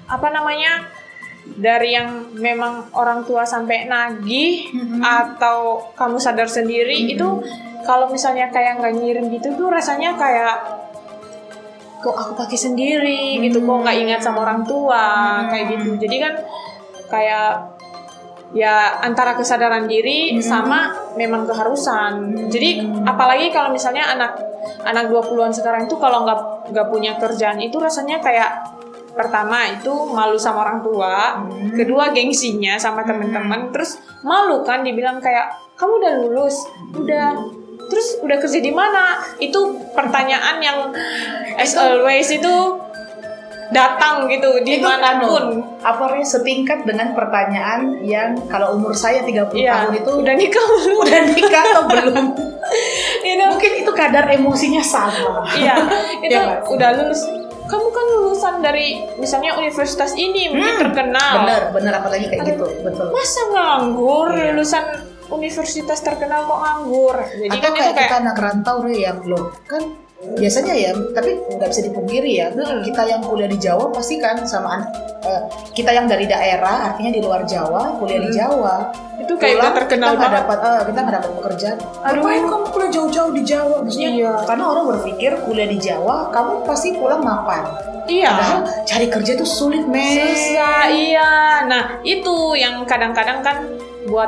dari yang memang orang tua sampai nagih atau kamu sadar sendiri itu kalau misalnya kayak nggak ngirim gitu tuh rasanya kayak kok aku pakai sendiri gitu, kok nggak ingat sama orang tua kayak gitu. Jadi kan kayak ya antara kesadaran diri sama memang keharusan. Jadi apalagi kalau misalnya anak 20-an sekarang itu kalau nggak punya kerjaan itu rasanya kayak pertama itu malu sama orang tua, kedua gengsinya sama teman-teman, terus malu kan dibilang kayak kamu udah lulus, terus udah kerja di mana? Itu pertanyaan yang as always itu datang gitu dimanapun. Apa setingkat dengan pertanyaan yang kalau umur saya 30 tahun itu udah nikah atau belum? Mungkin itu kadar emosinya sama. Iya, itu udah lulus. Kamu kan lulusan dari misalnya universitas ini mungkin terkenal. Bener apalagi kayak gitu, betul. Masa nganggur lulusan universitas terkenal kok nganggur? Jadi atau kan kayak kita anak rantau yang loh kan biasanya ya, tapi nggak bisa dipungkiri ya, kita yang kuliah di Jawa pasti kan sama kita yang dari daerah, artinya di luar Jawa, kuliah di Jawa itu kayak udah terkenal banget. Kita nggak dapat pekerjaan. Ngapain kamu kuliah jauh-jauh di Jawa? Maksudnya karena orang berpikir kuliah di Jawa kamu pasti pulang mapan. Iya. Padahal cari kerja tuh sulit, men. Susah, iya. Nah itu yang kadang-kadang kan buat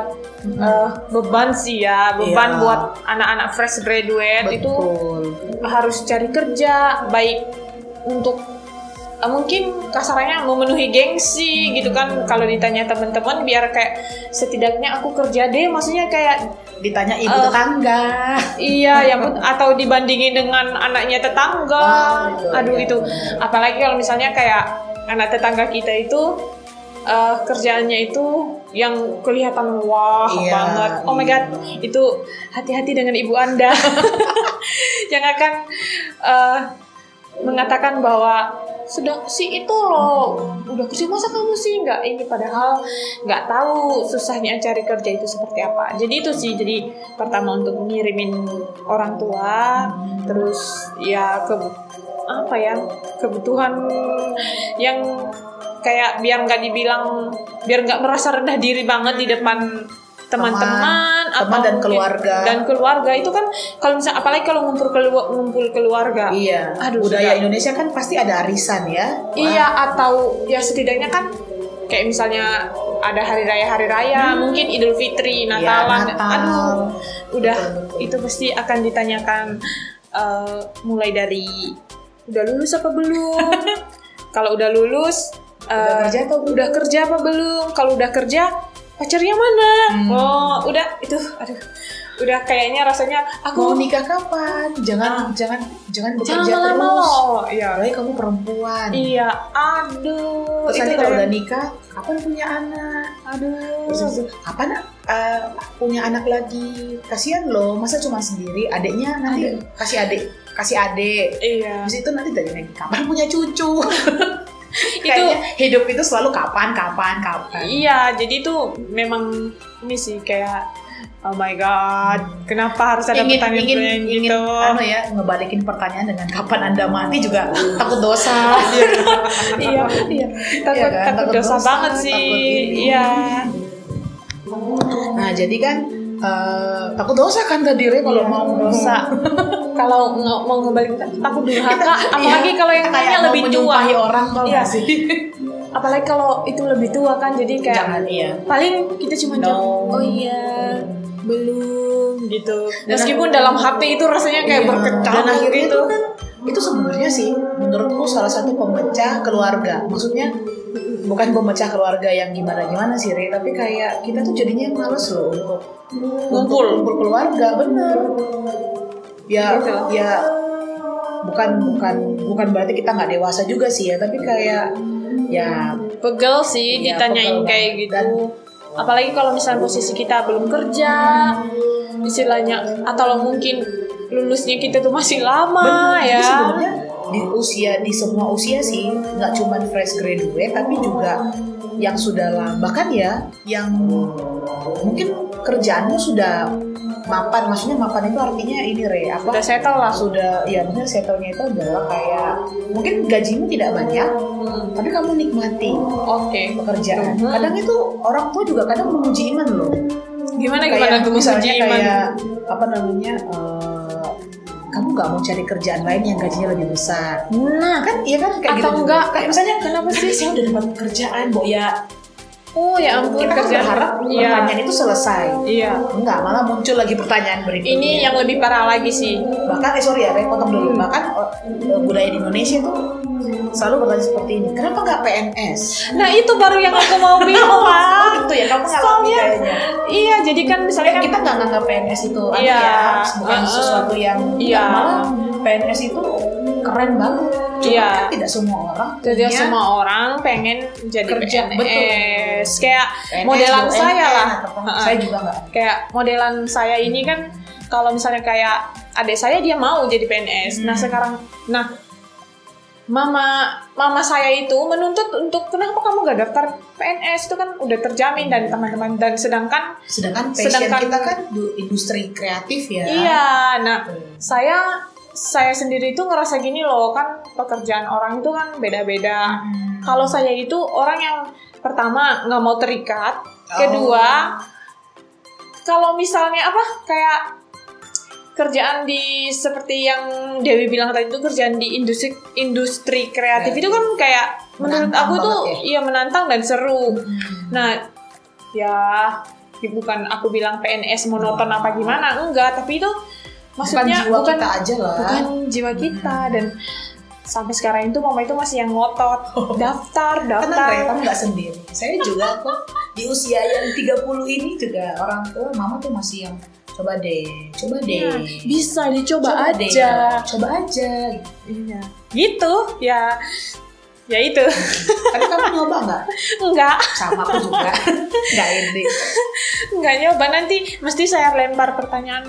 beban sih ya, beban Iya. buat anak-anak fresh graduate itu Betul. harus cari kerja, baik untuk mungkin kasarnya memenuhi gengsi gitu kan. Kalau ditanya teman-teman biar kayak setidaknya aku kerja deh, maksudnya kayak Ditanya ibu tetangga. iya yang atau dibandingin dengan anaknya tetangga. Aduh iya. itu apalagi kalau misalnya kayak anak tetangga kita itu kerjaannya itu yang kelihatan wah Iya, banget. Oh my god, itu hati-hati dengan ibu Anda yang akan mengatakan bahwa sudah si itu loh udah kerja, masa kamu sih nggak ini, padahal nggak tahu susahnya cari kerja itu seperti apa. Jadi itu sih, jadi pertama untuk ngirimin orang tua, terus ya kebutuhan yang kayak biar nggak merasa rendah diri banget di depan teman-teman teman dan keluarga itu kan kalau misalnya apalagi kalau ngumpul keluarga. Iya. Aduh, budaya sudah. Indonesia kan pasti ada arisan ya. Iya, atau ya setidaknya kan kayak misalnya ada hari raya mungkin Idul Fitri, Natalan. Natal. Aduh, udah Betul. itu pasti akan ditanyakan mulai dari udah lulus apa belum? Kalau udah lulus udah kerja apa belum? Kalau udah kerja pacarnya mana? Oh, udah itu, aduh, udah kayaknya rasanya Mau aku nikah kapan? Jangan bekerja jangan lama terus. loh. Iya. Apalagi kamu perempuan. Iya, aduh. Terus itu nanti kalau kayak- udah nikah, kapan punya anak? aduh. Terus habis itu, kapan punya anak lagi? Kasihan loh, masa cuma sendiri? Adiknya nanti kasih adik. Iya. Habis itu nanti tanya lagi, kapan punya cucu? Itu Kayaknya hidup itu selalu kapan. iya, jadi itu memang ini sih kayak oh my god, kenapa harus ada pertanyaan ingin gitu? ngebalikin pertanyaan dengan kapan Anda mati juga takut dosa. iya, takut kan? takut Takut dosa dosa, banget sih. takut ini. Iya. Nah, jadi kan takut dosa kan tadi Re kalau mau dosa. Kalau mau ngebalikin takut durhaka, Kita- apalagi iya, kalau yang kayak nanya mau lebih tua. menyumpahi orang tau Iya. gak sih? Apalagi kalau itu lebih tua kan, jadi kayak Jangan, iya. paling kita cuma No. jawab, oh iya belum gitu. Dan Meskipun dalam hati itu rasanya kayak Iya. berkecamuk Dan akhirnya gitu. itu sebenarnya sih menurutku salah satu pemecah keluarga. Maksudnya bukan pemecah keluarga yang gimana sih Re, tapi kayak kita tuh jadinya males loh untuk kumpul keluarga, bener. Ya Gitu. ya bukan berarti kita nggak dewasa juga sih ya, tapi kayak ya Pegel sih Iya, ditanyain pegel kayak banget. gitu. Apalagi kalau misalnya posisi kita belum kerja, istilahnya, atau mungkin lulusnya kita tuh masih lama bener. ya. Jadi sebenarnya di semua usia sih, nggak cuma fresh graduate tapi juga yang sudah lama, bahkan ya yang mungkin kerjaannya sudah mapan. Maksudnya mapan itu artinya ini Re, apa? Udah settle lah. Sudah, ya maksudnya settle-nya itu adalah kayak mungkin gajimu tidak banyak, tapi kamu nikmati Oke. pekerjaan. Kadang itu orang tua juga kadang menguji iman loh. Gimana Kayak tuh misalnya menguji iman? kayak apa namanya? Kamu nggak mau cari kerjaan lain yang gajinya lebih besar? Nah, Kan iya kan kayak atau gitu. enggak? Kayak misalnya Kenapa sih? saya udah dapat pekerjaan, Bo ya. Oh ya ampun, Kita kan kerjaan. berharap Iya. pertanyaan itu selesai. Iya. Enggak, malah muncul lagi pertanyaan berikutnya. Ini yang lebih parah lagi sih. Bahkan sorry ya, Re, potong dulu. Bahkan budaya di Indonesia tuh selalu bertanya seperti ini. Kenapa nggak PNS? Nah itu baru yang aku mau bilang. Itu ya kamu ngalami Soalnya, kayaknya. iya, jadi kan misalnya kan Kita nggak nganggap PNS itu Iya. bukan sesuatu yang Iya. malah PNS itu keren banget. Cuma Iya. kan tidak semua orang tidak punya semua orang pengen jadi Kerja, PNS. Kayak PNS, modelan BUMN, saya lah. atau apa. Saya juga nggak. Kayak modelan saya ini kan kalau misalnya kayak adik saya dia mau jadi PNS. Nah sekarang, mama saya itu menuntut untuk kenapa kamu gak daftar PNS, itu kan udah terjamin dan teman-teman, dan sedangkan Sedangkan kita kan industri kreatif ya. iya, nah saya sendiri itu ngerasa gini loh, kan pekerjaan orang itu kan beda-beda. Kalau saya itu orang yang pertama nggak mau terikat, kedua kalau misalnya kayak kerjaan di seperti yang Dewi bilang tadi itu, kerjaan di industri kreatif itu kan kayak menurut Menantang aku tuh banget iya menantang dan seru. Nah ya bukan aku bilang PNS monoton apa gimana, enggak, tapi itu maksudnya jiwa kita aja lah. Bukan jiwa kita. Dan sampai sekarang itu mama itu masih yang ngotot daftar. Kamu nggak sendiri. Saya juga kok di usia yang 30 ini juga orang tua mama tuh masih yang coba deh. Ya, bisa dicoba aja. Coba aja. Iya. Gitu ya. Ya itu. Tapi kamu nyoba nggak? Enggak. Sama aku juga. Nggak ini. Enggak nyoba, nanti mesti saya lempar pertanyaan.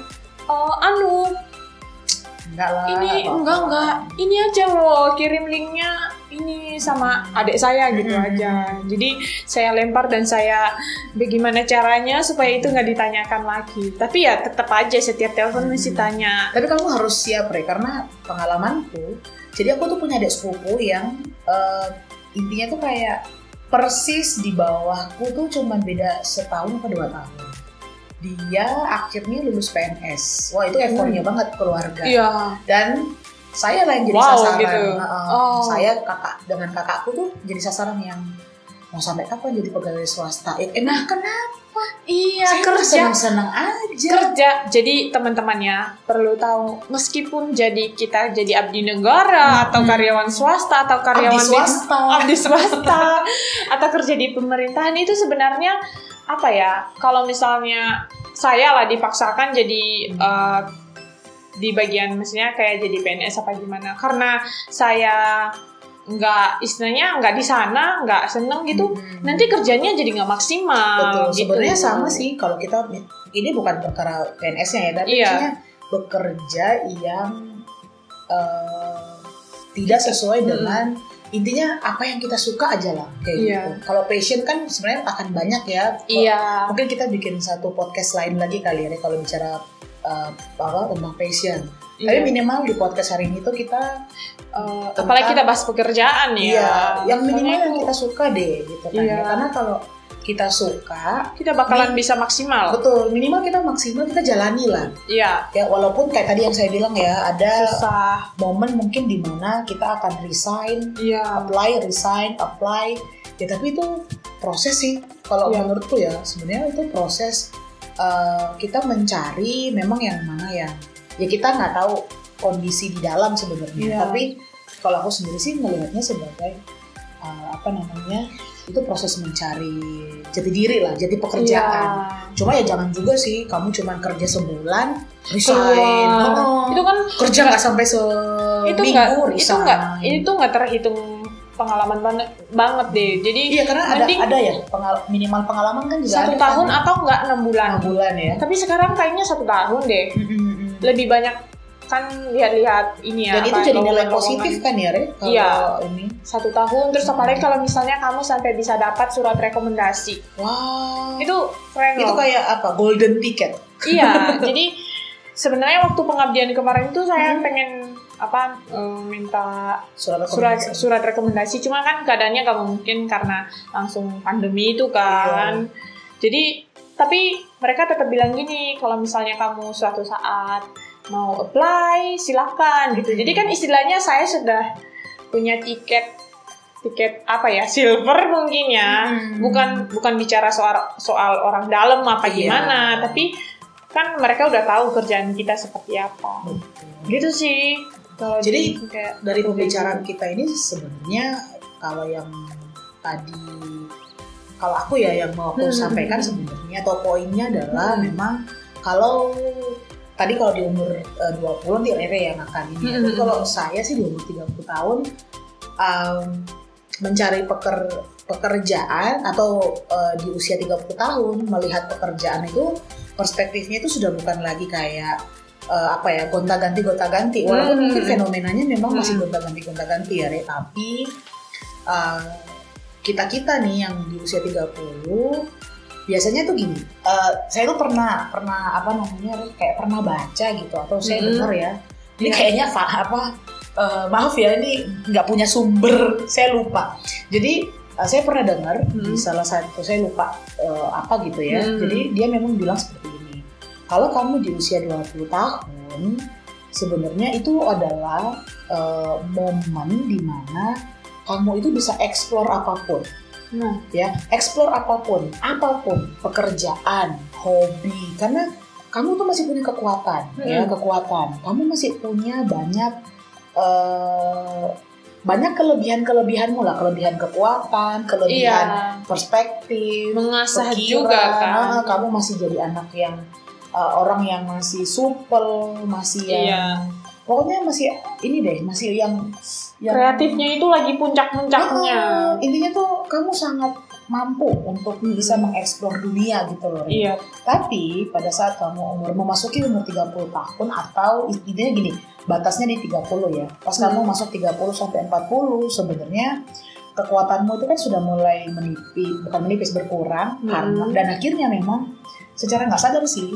Enggak lah. Enggak. Ini aja loh, kirim linknya ini sama adik saya gitu aja. Jadi saya lempar dan saya bagaimana caranya supaya itu nggak ditanyakan lagi. Tapi ya tetap aja setiap telepon mesti tanya. Tapi kamu harus siap, Re, karena pengalamanku. Jadi aku tuh punya adik sepupu yang intinya tuh kayak persis di bawahku tuh cuman beda setahun atau 2 tahun. Dia akhirnya lulus PNS. Wah, itu effortnya banget keluarga. Iya. Dan saya lah yang jadi sasaran. Gitu. Saya dengan kakakku tuh jadi sasaran yang mau sampai kapan jadi pegawai swasta. Kenapa? Iya, saya kerja senang aja. Kerja. Jadi teman-temannya perlu tahu, meskipun kita jadi abdi negara atau karyawan swasta atau karyawan abdi swasta atau kerja di pemerintahan, itu sebenarnya apa ya, kalau misalnya saya lah dipaksakan jadi di bagian maksudnya kayak jadi PNS apa gimana, karena saya istilahnya nggak di sana, nggak seneng gitu, nanti kerjanya jadi nggak maksimal. Betul, gitu. Sebenarnya sama sih kalau kita, ini bukan perkara PNS-nya ya, tapi maksudnya bekerja yang tidak sesuai dengan intinya apa yang kita suka aja lah kayak gitu. Kalau passion kan sebenarnya akan banyak ya. Mungkin kita bikin satu podcast lain lagi kali ya kalau bicara tentang passion. Tapi minimal di podcast hari ini tuh kita apalagi kita bahas pekerjaan ya. Iya, yang minimal yang kita suka deh gitu kan. Ya. Karena kalau kita suka, kita bakalan bisa maksimal. Betul, minimal kita maksimal, kita jalani lah. Iya. Ya walaupun kayak tadi yang saya bilang ya, ada susah momen mungkin di mana kita akan resign, apply. Ya tapi itu proses sih. Kalau menurutku ya, sebenarnya itu proses kita mencari memang yang mana ya kita nggak tahu kondisi di dalam sebenarnya. Tapi kalau aku sendiri sih melihatnya sebagai itu proses mencari jati diri lah, jati pekerjaan. Cuma ya jangan juga sih kamu cuma kerja sebulan resign. Itu kan kerja nggak sampai seminggu resign. Itu nggak terhitung pengalaman banget deh. Jadi karena ada ya minimal pengalaman kan juga 1 tahun kan? Atau enggak 6 bulan. 6 bulan ya. Tapi sekarang kayaknya 1 tahun deh. Lebih banyak kan lihat ini ya. Dan itu jadi nilai positif kan ya, Re? Iya. Ini 1 tahun. Terus apalagi kalau misalnya kamu sampai bisa dapat surat rekomendasi. Wow. Itu keren loh. Itu kayak apa? Golden ticket. Iya. Jadi sebenarnya waktu pengabdian kemarin itu saya pengen minta surat rekomendasi, cuma kan keadaannya gak mungkin karena langsung pandemi itu kan. Jadi tapi mereka tetap bilang gini, kalau misalnya kamu suatu saat mau apply silahkan gitu. Jadi kan istilahnya saya sudah punya tiket silver mungkin ya. Bukan bicara soal orang dalam apa gimana, tapi kan mereka udah tahu kerjaan kita seperti apa. Gitu sih. Jadi dari pembicaraan kita ini sebenarnya kalau yang tadi, kalau aku ya yang mau aku sampaikan sebenarnya atau poinnya adalah memang kalau tadi kalau di umur 20 nanti Rere yang akan ini. Tapi kalau saya sih di umur 30 tahun mencari pekerjaan atau di usia 30 tahun melihat pekerjaan itu perspektifnya itu sudah bukan lagi kayak gonta-ganti walaupun mungkin fenomenanya memang masih gonta-ganti ya, Re. Tapi kita nih yang di usia 30 biasanya tuh gini, saya tuh pernah kayak pernah baca gitu atau saya dengar ya. Ini kayaknya maaf ya, ini nggak punya sumber, saya lupa. Jadi saya pernah dengar di salah satu, saya lupa apa gitu ya. Jadi dia memang bilang seperti ini. Kalau kamu di usia 20 tahun, sebenarnya itu adalah momen di mana kamu itu bisa explore apapun. Ya, explore apapun, pekerjaan, hobi, karena kamu tuh masih punya kekuatan, ya, kamu masih punya banyak kelebihanmu lah, kelebihan kekuatan, kelebihan perspektif, mengasah pikiran. juga kan. Kamu masih jadi anak yang orang yang masih supel, masih yang pokoknya masih ini deh, masih yang kreatifnya itu lagi puncak-puncaknya. Intinya tuh kamu sangat mampu untuk bisa mengeksplor dunia gitu loh. Iya. Tapi pada saat kamu memasuki umur 30 tahun atau intinya gini, batasnya di 30 ya. Pas kamu masuk 30 sampai 40 sebenarnya kekuatanmu itu kan sudah mulai menipis, berkurang karena dan akhirnya memang secara nggak sadar sih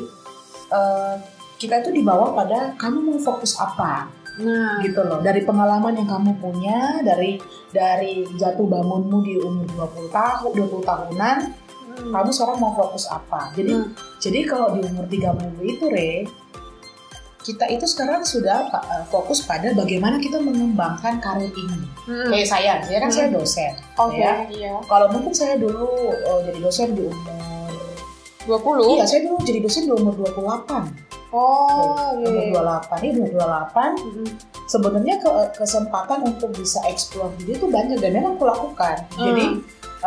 kita itu dibawa pada kamu mau fokus apa. Gitu loh, dari pengalaman yang kamu punya, dari jatuh bangunmu di umur 20 tahunan, kamu sekarang mau fokus apa. Jadi kalau di umur 30 itu kita itu sekarang sudah fokus pada bagaimana kita mengembangkan karir ini. Kayak saya kan saya dosen. Iya. Kalau mungkin saya dulu jadi dosen di umur 20? Iya, saya dulu jadi dosen di umur 28. Umur 28. Sebenarnya kesempatan untuk bisa explore diri itu banyak dan memang aku lakukan. Jadi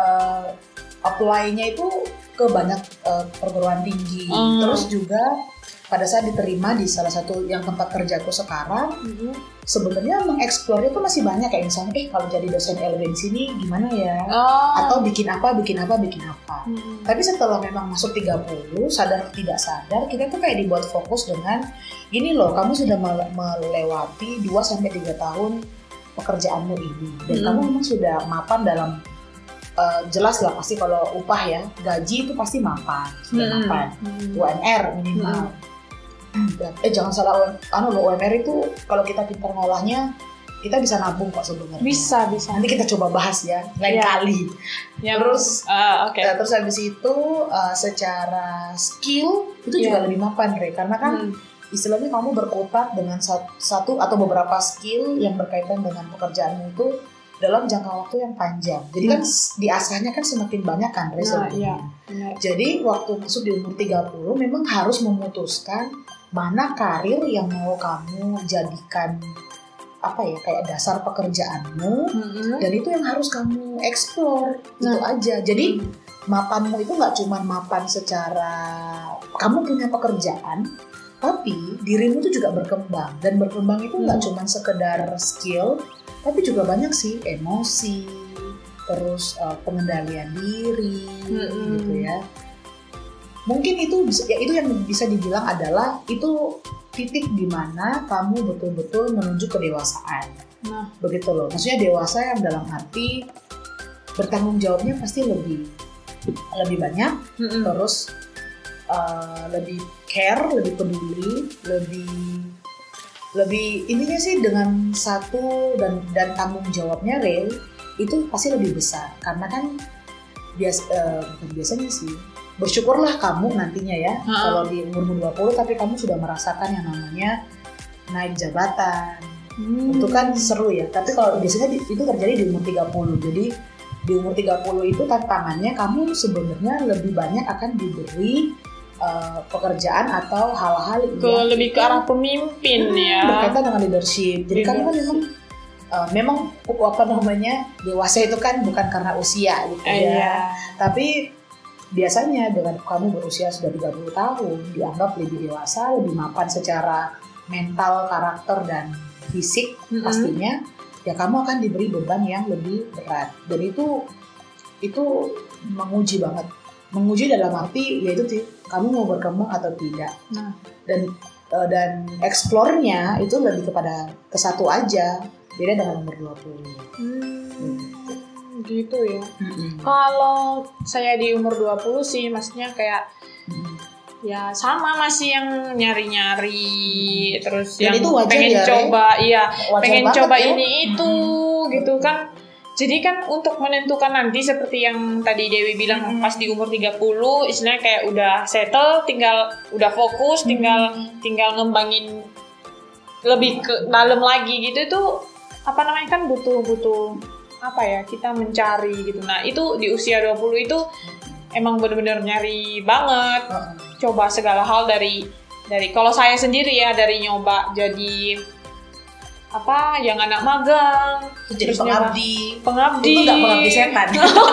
apply-nya itu ke banyak perguruan tinggi. Terus juga pada saat diterima di salah satu yang tempat kerjaku sekarang, sebenarnya mengeksplornya itu masih banyak, kayak misalnya kalau jadi dosen LB di sini gimana ya, atau bikin apa. Tapi setelah memang masuk 30, sadar tidak sadar kita tuh kayak dibuat fokus dengan gini loh, kamu sudah melewati 2-3 tahun pekerjaanmu ini dan kamu memang sudah mapan dalam jelas lah, pasti kalau upah ya, gaji itu pasti mapan, sudah mapan, UMR minimal. Jangan salah, UMR itu kalau kita pintar ngolahnya kita bisa nabung kok sebenarnya. Bisa. Nanti kita coba bahas ya lain kali. Terus habis itu secara skill itu juga lebih mapan, karena kan istilahnya kamu berkutat dengan satu atau beberapa skill yang berkaitan dengan pekerjaanmu itu dalam jangka waktu yang panjang. Jadi kan diasahnya kan semakin banyak kan Jadi waktu masuk di umur 30 memang harus memutuskan mana karir yang mau kamu jadikan kayak dasar pekerjaanmu, dan itu yang harus kamu explore. Itu aja. Jadi mapanmu itu nggak cuma mapan secara kamu punya pekerjaan, tapi dirimu itu juga berkembang, dan berkembang itu nggak cuma sekedar skill, tapi juga banyak sih emosi, terus pengendalian diri, gitu ya. Mungkin itu yang bisa dibilang adalah itu titik di mana kamu betul-betul menuju kedewasaan. Begitu loh. Maksudnya dewasa yang dalam arti bertanggung jawabnya pasti lebih banyak, terus lebih care, lebih peduli, lebih intinya sih dengan satu dan tanggung jawabnya itu pasti lebih besar, karena kan biasanya sih bersyukurlah kamu nantinya ya kalau di umur 20 tapi kamu sudah merasakan yang namanya naik jabatan. Itu kan seru ya, tapi kalau biasanya itu terjadi di umur 30. Jadi di umur 30 itu tantangannya kamu sebenarnya lebih banyak akan diberi pekerjaan atau hal-hal lebih ke arah pemimpin ya, berkaitan dengan leadership. Jadi kan memang dewasa itu kan bukan karena usia gitu ya. Tapi biasanya dengan kamu berusia sudah 30 tahun dianggap lebih dewasa, lebih mapan secara mental, karakter dan fisik pastinya, ya kamu akan diberi beban yang lebih berat. Dan itu menguji banget. Menguji dalam arti yaitu kamu mau berkembang atau tidak. Dan explore-nya itu lebih kepada ke satu aja, beda dengan umur 20. Gitu ya. Kalau saya di umur 20 sih maksudnya kayak ya sama, masih yang nyari-nyari, terus dan yang itu pengen ya, coba pengen coba ya. Ini itu gitu kan. Jadi kan untuk menentukan nanti seperti yang tadi Dewi bilang, pas di umur 30 istilahnya kayak udah settle, tinggal udah fokus, tinggal ngembangin lebih ke dalam lagi gitu, itu kan butuh apa ya, kita mencari gitu. Nah itu di usia 20 itu emang benar-benar nyari banget, coba segala hal dari kalau saya sendiri ya, dari nyoba jadi apa yang anak magang, jadi pengabdi. Itu nggak pengabdi setan.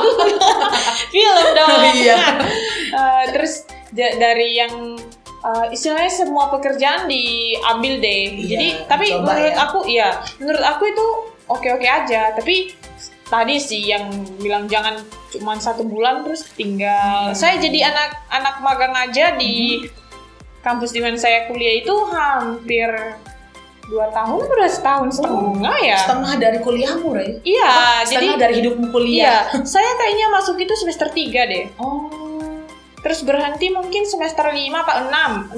Film dong. Iya. Terus dari yang istilahnya semua pekerjaan diambil deh. Jadi tapi menurut aku itu oke aja. Tapi tadi sih yang bilang jangan cuma 1 bulan terus tinggal. Saya jadi anak magang aja di kampus di mana saya kuliah itu hampir 2 tahun udah setahun setengah ya. Setengah dari kuliahmu, Re? Iya, setengah dari hidupmu kuliah. Iya, saya kayaknya masuk itu semester 3 deh. Oh. Terus berhenti mungkin semester 5 apa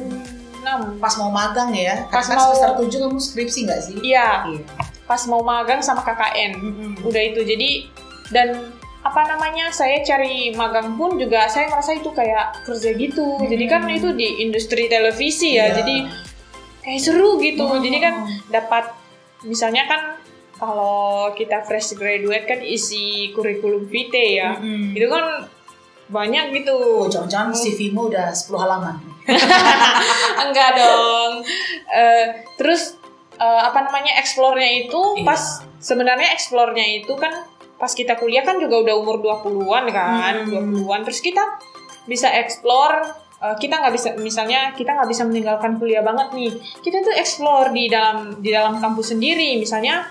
6. Pas mau magang ya? Pas kan mau semester 7 kamu skripsi nggak sih? Iya. Pas mau magang sama KKN. Udah itu. Jadi, dan apa namanya, saya cari magang pun juga saya merasa itu kayak kerja gitu. Jadi kan itu di industri televisi ya. Jadi kayak seru gitu. Jadi kan dapat, misalnya kan kalau kita fresh graduate kan isi kurikulum vitae ya. Itu kan banyak gitu. Jangan-jangan CV-mu udah 10 halaman. Enggak dong. Terus apa namanya, explore-nya itu pas sebenarnya explore-nya itu kan pas kita kuliah kan juga udah umur 20-an kan, 20-an. Terus kita bisa explore. Kita nggak bisa, misalnya kita nggak bisa meninggalkan kuliah banget nih. Kita tuh explore di dalam kampus sendiri, misalnya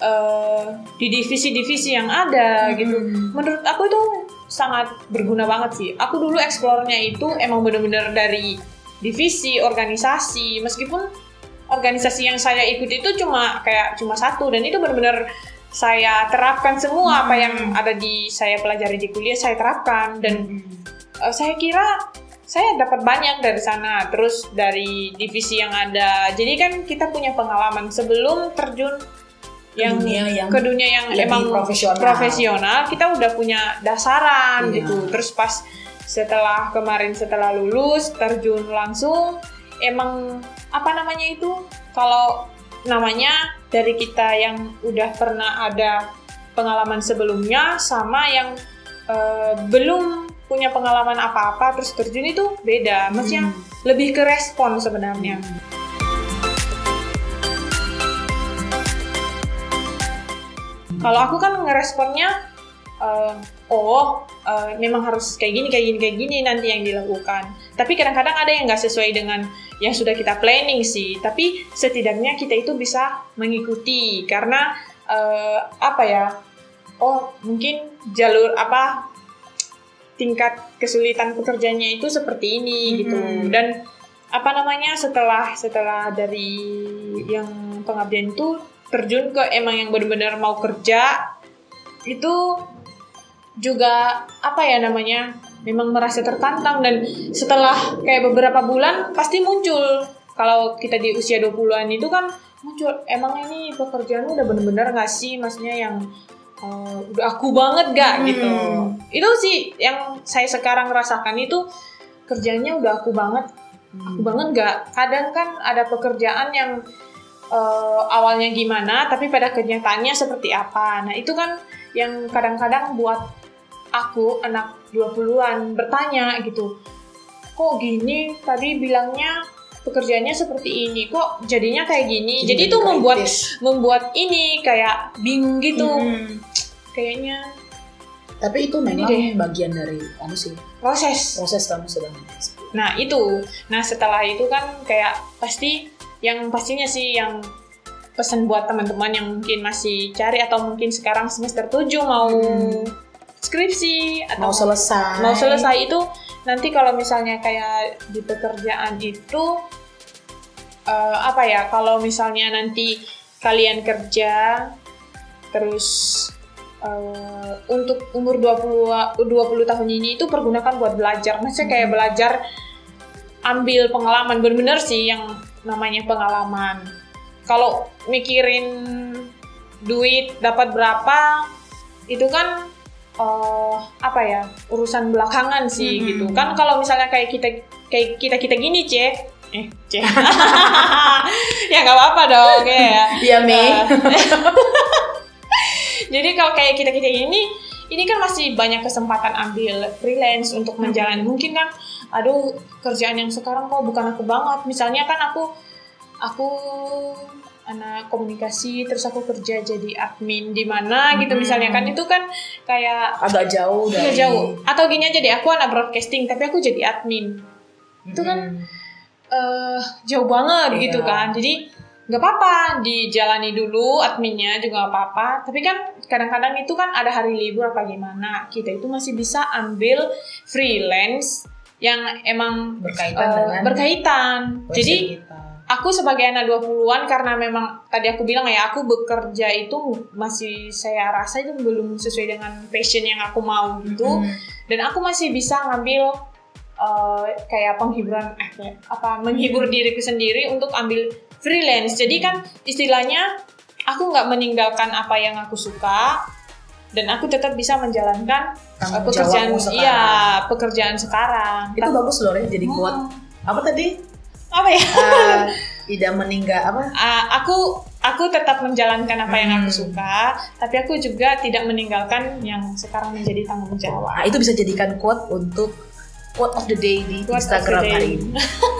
di divisi-divisi yang ada gitu. Menurut aku itu sangat berguna banget sih. Aku dulu explore-nya itu emang bener-bener dari divisi, organisasi. Meskipun organisasi yang saya ikuti itu cuma 1, dan itu bener-bener saya terapkan semua apa yang ada saya pelajari di kuliah, saya terapkan. Dan saya kira saya dapat banyak dari sana, terus dari divisi yang ada. Jadi kan kita punya pengalaman sebelum terjun ke dunia yang emang profesional, kita udah punya dasaran gitu. Terus pas setelah lulus terjun langsung, emang apa namanya itu, kalau namanya dari kita yang udah pernah ada pengalaman sebelumnya sama yang belum punya pengalaman apa-apa terus terjun itu beda, maksudnya lebih ke respon sebenarnya. Kalau aku kan ngeresponnya memang harus kayak gini nanti yang dilakukan. Tapi kadang-kadang ada yang nggak sesuai dengan yang sudah kita planning sih. Tapi setidaknya kita itu bisa mengikuti karena mungkin jalur tingkat kesulitan pekerjaannya itu seperti ini gitu. Dan apa namanya, setelah dari yang pengabdian itu terjun ke emang yang benar-benar mau kerja, itu juga memang merasa tertantang. Dan setelah kayak beberapa bulan pasti muncul, kalau kita di usia 20-an itu kan muncul, emang ini pekerjaan udah benar-benar nggak sih, maksudnya yang udah aku banget gak gitu. Itu sih yang saya sekarang rasakan, itu kerjanya udah aku banget gak. Kadang kan ada pekerjaan yang awalnya gimana tapi pada kenyataannya seperti apa. Nah itu kan yang kadang-kadang buat aku anak 20-an bertanya gitu, kok gini, tadi bilangnya pekerjaannya seperti ini, kok jadinya kayak gini. Jadi itu membuat ini kayak bingung gitu. Kayaknya. Tapi itu memang bagian dari proses kamu sedang. Nah itu. Nah setelah itu kan kayak pastinya sih yang pesan buat teman-teman yang mungkin masih cari atau mungkin sekarang semester 7 mau skripsi atau mau selesai itu, nanti kalau misalnya kayak di pekerjaan itu kalau misalnya nanti kalian kerja terus untuk umur 20 tahun ini itu pergunakan buat belajar. Maksudnya kayak belajar, ambil pengalaman, benar-benar sih yang namanya pengalaman. Kalau mikirin duit dapat berapa itu kan urusan belakangan sih gitu kan. Kalau misalnya kayak kita gini ya nggak apa-apa dong ya. Iya Mei. Jadi kalau kayak kita ini kan masih banyak kesempatan ambil freelance untuk menjalani. Mungkin kan, aduh kerjaan yang sekarang kok bukan aku banget. Misalnya kan aku anak komunikasi, terus aku kerja jadi admin di mana gitu misalnya kan, itu kan kayak agak jauh dari jauh. Atau gini aja deh, aku anak broadcasting tapi aku jadi admin. Itu kan jauh banget gitu kan. Jadi nggak apa-apa dijalani dulu adminnya juga nggak apa-apa. Tapi kan kadang-kadang itu kan ada hari libur apa gimana, kita itu masih bisa ambil freelance yang emang berkaitan. Jadi kita. Aku sebagai anak 20-an, karena memang tadi aku bilang ya, aku bekerja itu masih saya rasa itu belum sesuai dengan passion yang aku mau gitu. Dan aku masih bisa ngambil kayak penghiburan, menghibur diriku sendiri untuk ambil freelance. Jadi kan istilahnya aku nggak meninggalkan apa yang aku suka, dan aku tetap bisa menjalankan pekerjaan sekarang. Itu bagus loh, jadi quote. Apa tadi? Apa ya? Tidak meninggal aku tetap menjalankan apa yang aku suka, tapi aku juga tidak meninggalkan yang sekarang menjadi tanggung jawab. Itu bisa jadikan quote untuk quote of the day di Instagram hari ini.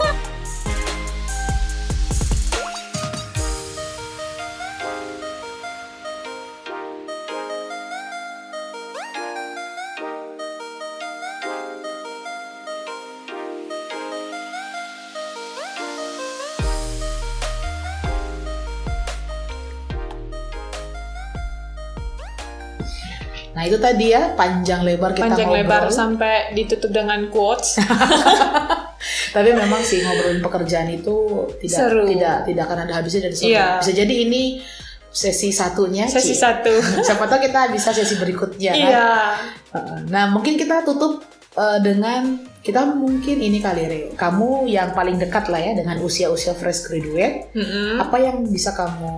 Nah itu tadi ya, panjang lebar kita ngobrol. Panjang lebar sampai ditutup dengan quotes. Tapi memang sih ngobrolin pekerjaan itu tidak akan ada habisnya dari sini. Bisa jadi ini sesi satunya. Sesi satu. Siapa tahu kita bisa sesi berikutnya kan. Nah mungkin kita tutup dengan kita mungkin ini kali Re, kamu yang paling dekat lah ya dengan usia-usia fresh graduate, apa yang bisa kamu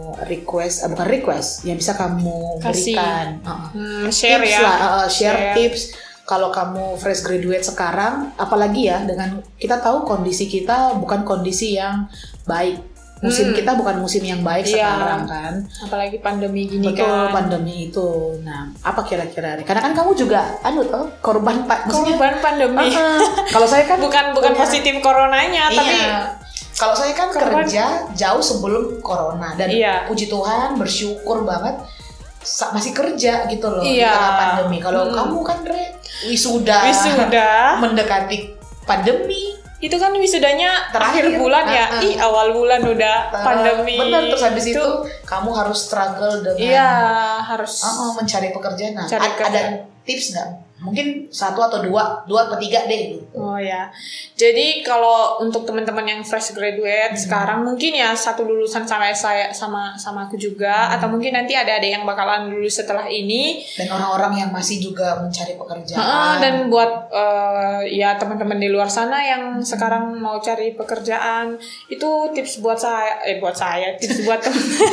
yang bisa kamu berikan, share tips ya, share tips kalau kamu fresh graduate sekarang, apalagi ya dengan kita tahu kondisi kita bukan kondisi yang baik. Musim kita bukan musim yang baik sekarang kan. Apalagi pandemi gini. Betul, pandemi itu. Nah, apa kira-kira? Karena kan kamu juga korban pandemi. Kalau saya kan bukan positif coronanya, tapi kalau saya kan kerja jauh sebelum corona dan puji Tuhan bersyukur banget masih kerja gitu loh di tengah pandemi. Kalau kamu kan wisuda mendekati pandemi. Itu kan wisudanya terakhir bulan ya, awal bulan udah pandemi. Benar, terus habis itu kamu harus struggle dengan harus mencari pekerjaan. Nah, ada tips nggak? Mungkin 1 atau 2 atau 3 deh gitu. Oh ya, jadi kalau untuk teman-teman yang fresh graduate sekarang mungkin ya satu lulusan sama saya sama aku juga, atau mungkin nanti ada yang bakalan lulus setelah ini. Dan orang-orang yang masih juga mencari pekerjaan. Dan buat ya teman-teman di luar sana yang sekarang mau cari pekerjaan, itu tips buat saya, tips buat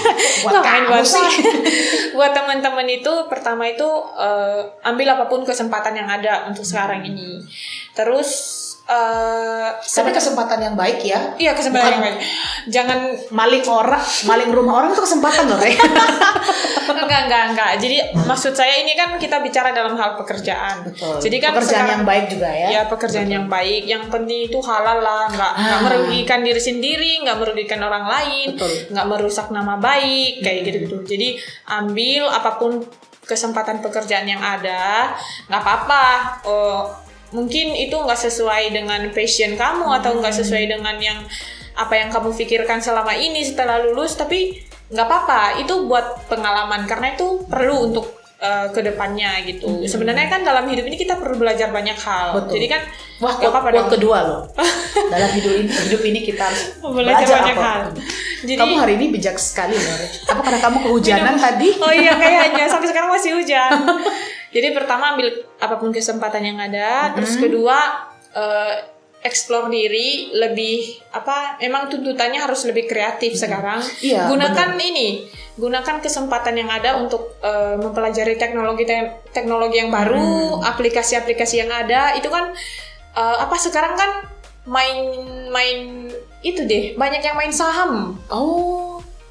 buat teman-teman itu, pertama itu ambil apapun kesempatan yang ada untuk sekarang ini. Terus tapi kesempatan yang baik ya. Iya, kesempatan yang baik. Jangan maling rumah orang itu kesempatan loh, Re. Enggak. Jadi maksud saya ini kan kita bicara dalam hal pekerjaan. Betul. Jadi kan pekerjaan yang baik juga ya. Ya, pekerjaan yang baik. Yang penting itu halal lah, enggak merugikan diri sendiri, enggak merugikan orang lain, enggak merusak nama baik kayak gitu. Jadi ambil apapun kesempatan pekerjaan yang ada, nggak apa-apa. Mungkin itu nggak sesuai dengan passion kamu atau nggak sesuai dengan apa yang kamu pikirkan selama ini setelah lulus, tapi nggak apa-apa. Itu buat pengalaman, karena itu perlu untuk kedepannya gitu. Sebenarnya kan dalam hidup ini kita perlu belajar banyak hal. Betul. Jadi kan quote kedua loh. Dalam hidup ini kita harus belajar banyak hal. Jadi, kamu hari ini bijak sekali loh. Apa karena kamu kehujanan tadi? Oh iya, kayaknya sampai sekarang masih hujan. Jadi pertama ambil apapun kesempatan yang ada, terus kedua explore diri lebih memang tuntutannya harus lebih kreatif sekarang. Iya, gunakan kesempatan yang ada untuk mempelajari teknologi yang baru, aplikasi-aplikasi yang ada. Itu kan sekarang kan main itu deh, banyak yang main saham. Oh,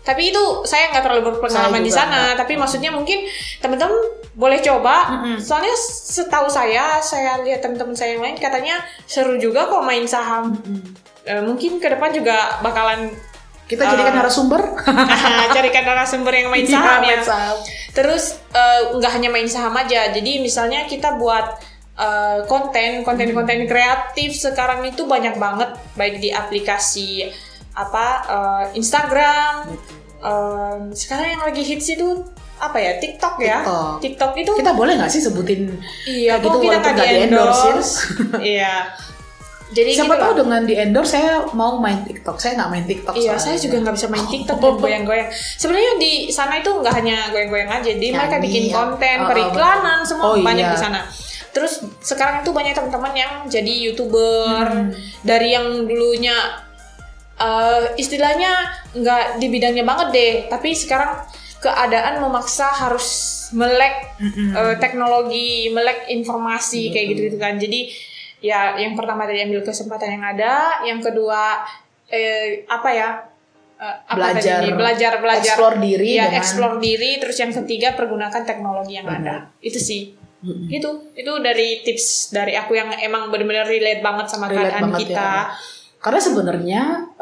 Tapi itu saya nggak terlalu berpengalaman di sana. Tapi maksudnya mungkin teman-teman boleh coba. Soalnya setahu saya lihat teman-teman saya yang lain katanya seru juga kok main saham. Mungkin ke depan juga bakalan kita jadikan narasumber. Carikan narasumber yang main saham ya. Terus nggak hanya main saham aja. Jadi misalnya kita buat konten kreatif sekarang itu banyak banget, baik di aplikasi Instagram. Sekarang yang lagi hits itu apa ya, TikTok ya. TikTok itu kita boleh nggak sih sebutin iya, gitu kita walaupun nggak di-endorse. Iya. Jadi siapa gitu tahu loh. dengan di-endorse saya mau main TikTok. Saya nggak main TikTok. Iya, soalnya. saya juga nggak bisa main TikTok dan goyang-goyang. Sebenarnya di sana itu nggak hanya goyang-goyang aja, mereka bikin konten, periklanan, semua banyak di sana. Terus sekarang itu banyak teman-teman yang jadi YouTuber dari yang dulunya istilahnya nggak di bidangnya banget deh, tapi sekarang keadaan memaksa harus melek teknologi, melek informasi kayak gitu kan. Jadi ya yang pertama tadi ambil kesempatan yang ada, yang kedua belajar explore diri ya, explore diri, terus yang ketiga pergunakan teknologi yang ada. Itu sih. Gitu. Itu dari tips dari aku yang emang benar-benar relate banget sama keadaan kita. Ya. Karena sebenarnya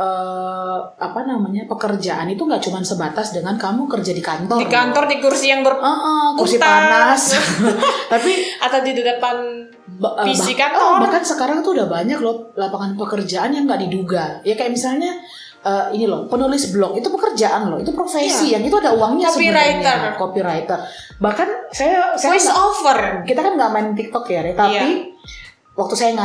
pekerjaan itu nggak cuma sebatas dengan kamu kerja di kantor. Di kantor di kursi yang kursi panas. Tapi atau di depan PC kantor. Bahkan sekarang tuh udah banyak loh lapangan pekerjaan yang nggak diduga. Ya kayak misalnya ini loh, penulis blog itu pekerjaan loh, itu profesi yang itu ada uangnya sebenarnya. Copywriter. Bahkan saya voice over. Kita kan nggak main TikTok ya, tapi waktu saya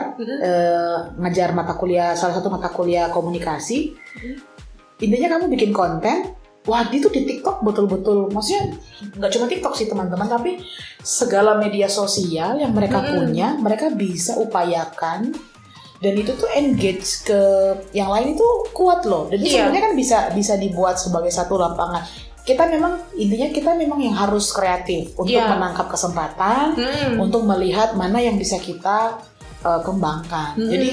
ngajar salah satu mata kuliah komunikasi, intinya kamu bikin konten, wah itu di TikTok betul-betul, maksudnya nggak cuma TikTok sih teman-teman, tapi segala media sosial yang mereka punya, mereka bisa upayakan. Dan itu tuh engage ke yang lain itu kuat loh. Dan itu sebenarnya kan bisa dibuat sebagai satu lapangan. Intinya kita memang yang harus kreatif untuk menangkap kesempatan, untuk melihat mana yang bisa kita kembangkan. Jadi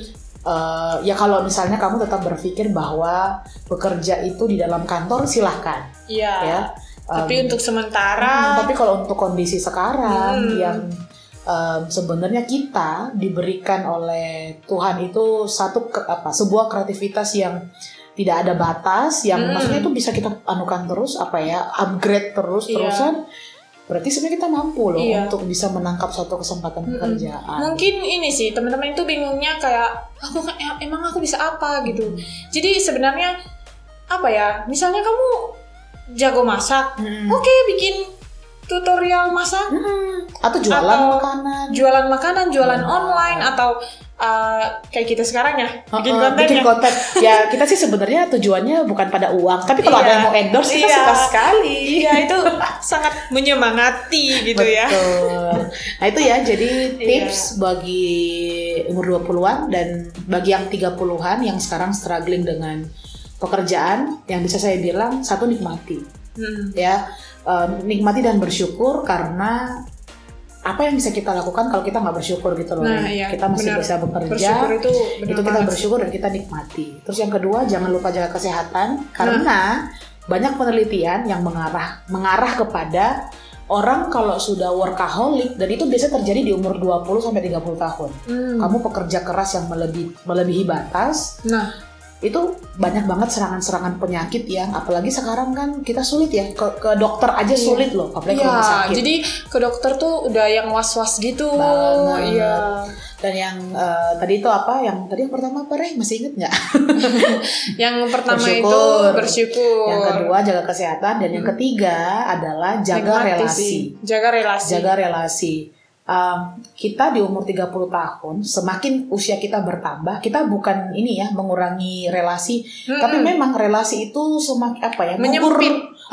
ya kalau misalnya kamu tetap berpikir bahwa bekerja itu di dalam kantor, silahkan. Ya. Tapi untuk sementara. Tapi kalau untuk kondisi sekarang yang sebenarnya kita diberikan oleh Tuhan itu sebuah kreativitas yang tidak ada batas, yang maksudnya itu bisa kita anukan terus, upgrade terusan. Berarti sebenarnya kita mampu loh untuk bisa menangkap suatu kesempatan pekerjaan. Mungkin ini sih teman-teman itu bingungnya kayak emang aku bisa apa gitu. Jadi sebenarnya misalnya kamu jago masak, oke, bikin tutorial masak, atau jualan makanan, jualan online, atau kayak kita sekarang ya bikin konten. Ya kita sih sebenarnya tujuannya bukan pada uang, tapi kalau ada yang mau endorse kita suka sekali. Iya, itu sangat menyemangati gitu. Betul. Ya. Nah itu ya, jadi tips bagi umur 20-an dan bagi yang 30-an yang sekarang struggling dengan pekerjaan, yang bisa saya bilang, satu, nikmati. Nikmati dan bersyukur, karena apa yang bisa kita lakukan kalau kita nggak bersyukur gitu loh. Kita masih bisa bekerja, itu kita bersyukur dan kita nikmati. Terus yang kedua, jangan lupa jaga kesehatan, karena banyak penelitian yang mengarah kepada orang kalau sudah workaholic, dan itu biasanya terjadi di umur 20-30 tahun. Kamu pekerja keras yang melebihi batas. Itu banyak banget serangan-serangan penyakit yang apalagi sekarang kan kita sulit ya ke dokter aja sulit loh, apalagi ke rumah sakit. Jadi ke dokter tuh udah yang was-was gitu. Dan yang tadi itu yang pertama apa, masih inget nggak? Yang pertama itu bersyukur. Yang kedua jaga kesehatan, dan yang ketiga adalah jaga relasi. Jaga relasi. Kita di umur 30 tahun, semakin usia kita bertambah, kita bukan mengurangi relasi, tapi memang relasi itu semakin menyempit,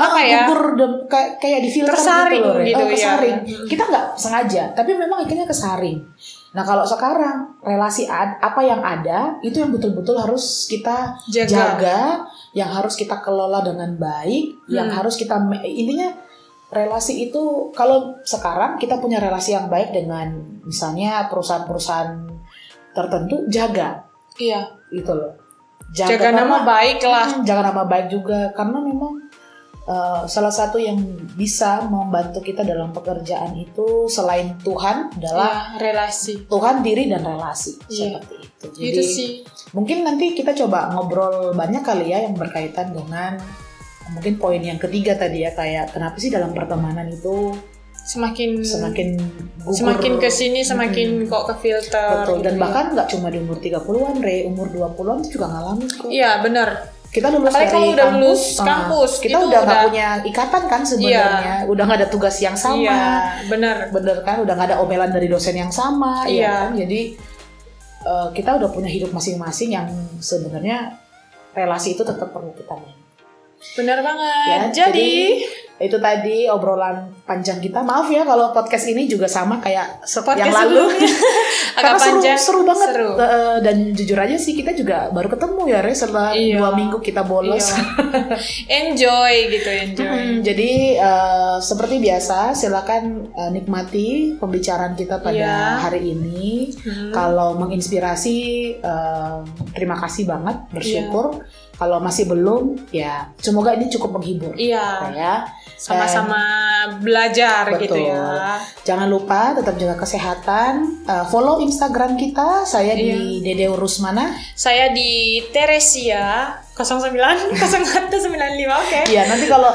kayak di filter gitu, kesaring. Kita nggak sengaja, tapi memang akhirnya kesaring. Nah kalau sekarang relasi apa yang ada itu yang betul-betul harus kita jaga, yang harus kita kelola dengan baik, yang harus kita intinya. Relasi itu, kalau sekarang kita punya relasi yang baik dengan misalnya perusahaan-perusahaan tertentu, jaga. Iya. Gitu loh. jaga nama baik lah. Jaga nama baik juga, karena memang salah satu yang bisa membantu kita dalam pekerjaan itu selain Tuhan adalah relasi. Tuhan, diri, dan relasi. Seperti itu. Jadi itu sih. Mungkin nanti kita coba ngobrol banyak kali ya yang berkaitan dengan mungkin poin yang ketiga tadi ya, kayak kenapa sih dalam pertemanan itu semakin gugur, semakin kesini semakin kok ke filter. Betul, dan gitu bahkan nggak cuma di umur 30-an, umur 20-an itu juga ngalamin kok. Iya, benar. Kita lulus apalagi dari udah lulus kampus, kita udah nggak punya ikatan kan sebenarnya, udah nggak ada tugas yang sama. Iya, benar kan, udah nggak ada omelan dari dosen yang sama, ya kan? Jadi kita udah punya hidup masing-masing yang sebenarnya relasi itu tetap perlu kita main. Benar banget. Ya, jadi itu tadi obrolan panjang kita. Maaf ya kalau podcast ini juga sama kayak podcast yang lalu. Agak panjang. Seru banget. Dan jujur aja sih kita juga baru ketemu ya, Re, setelah 2 minggu kita bolos. Enjoy. Jadi seperti biasa silakan nikmati pembicaraan kita pada hari ini. Kalau menginspirasi, terima kasih banget, bersyukur. Kalau masih belum, ya semoga ini cukup menghibur. Ya. Sama-sama belajar. Betul. Gitu ya. Jangan lupa tetap jaga kesehatan. Follow Instagram kita. Saya di Dede Rusmana. Saya di Teresia 090195. Oke. Iya, nanti kalau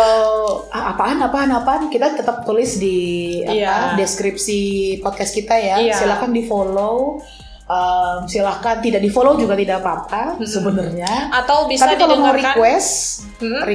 apaan kita tetap tulis di deskripsi podcast kita ya. Silakan di-follow. Silahkan tidak di follow juga tidak apa-apa sebenarnya, atau bisa tapi kalau mau request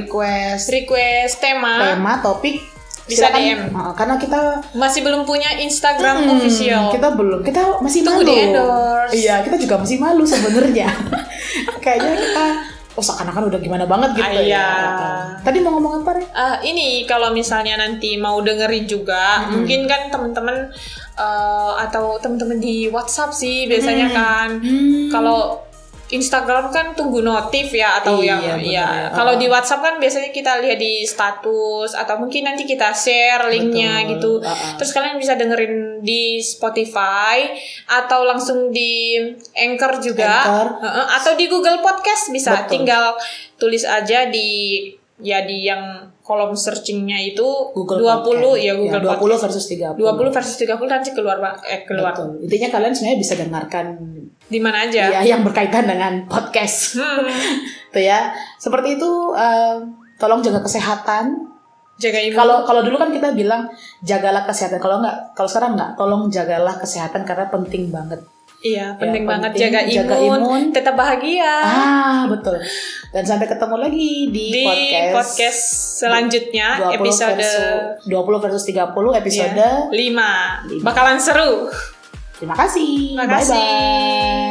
tema topik bisa silakan, DM karena kita masih belum punya Instagram official. Kita masih tunggu malu. Di endorse. Iya, kita juga masih malu sebenarnya. Kayaknya kita seakan-akan udah gimana banget gitu ya. Tadi mau ngomong apa, Re? Ini kalau misalnya nanti mau dengerin juga, mungkin kan teman-teman atau teman-teman di WhatsApp sih biasanya kan. Kalau Instagram kan tunggu notif ya, atau kalau di WhatsApp kan biasanya kita lihat di status atau mungkin nanti kita share linknya gitu. Terus kalian bisa dengerin di Spotify atau langsung di Anchor juga, atau di Google Podcast bisa. Tinggal tulis aja di yang kolom searchingnya itu Google 20 Podcast. Google 20 Podcast. versus 30. 20 versus 30 nanti keluar. Betul. Intinya kalian sebenarnya bisa dengarkan di mana aja. Ya, yang berkaitan dengan podcast. Tuh ya. Seperti itu, tolong jaga kesehatan. Jaga imun. Kalau dulu kan kita bilang jagalah kesehatan. Kalau sekarang enggak, tolong jagalah kesehatan karena penting banget. Iya, penting banget jaga imun, tetap bahagia. Betul. Dan sampai ketemu lagi di podcast selanjutnya, 20 versus 30 episode 5. Bakalan seru. Terima kasih. Bye-bye.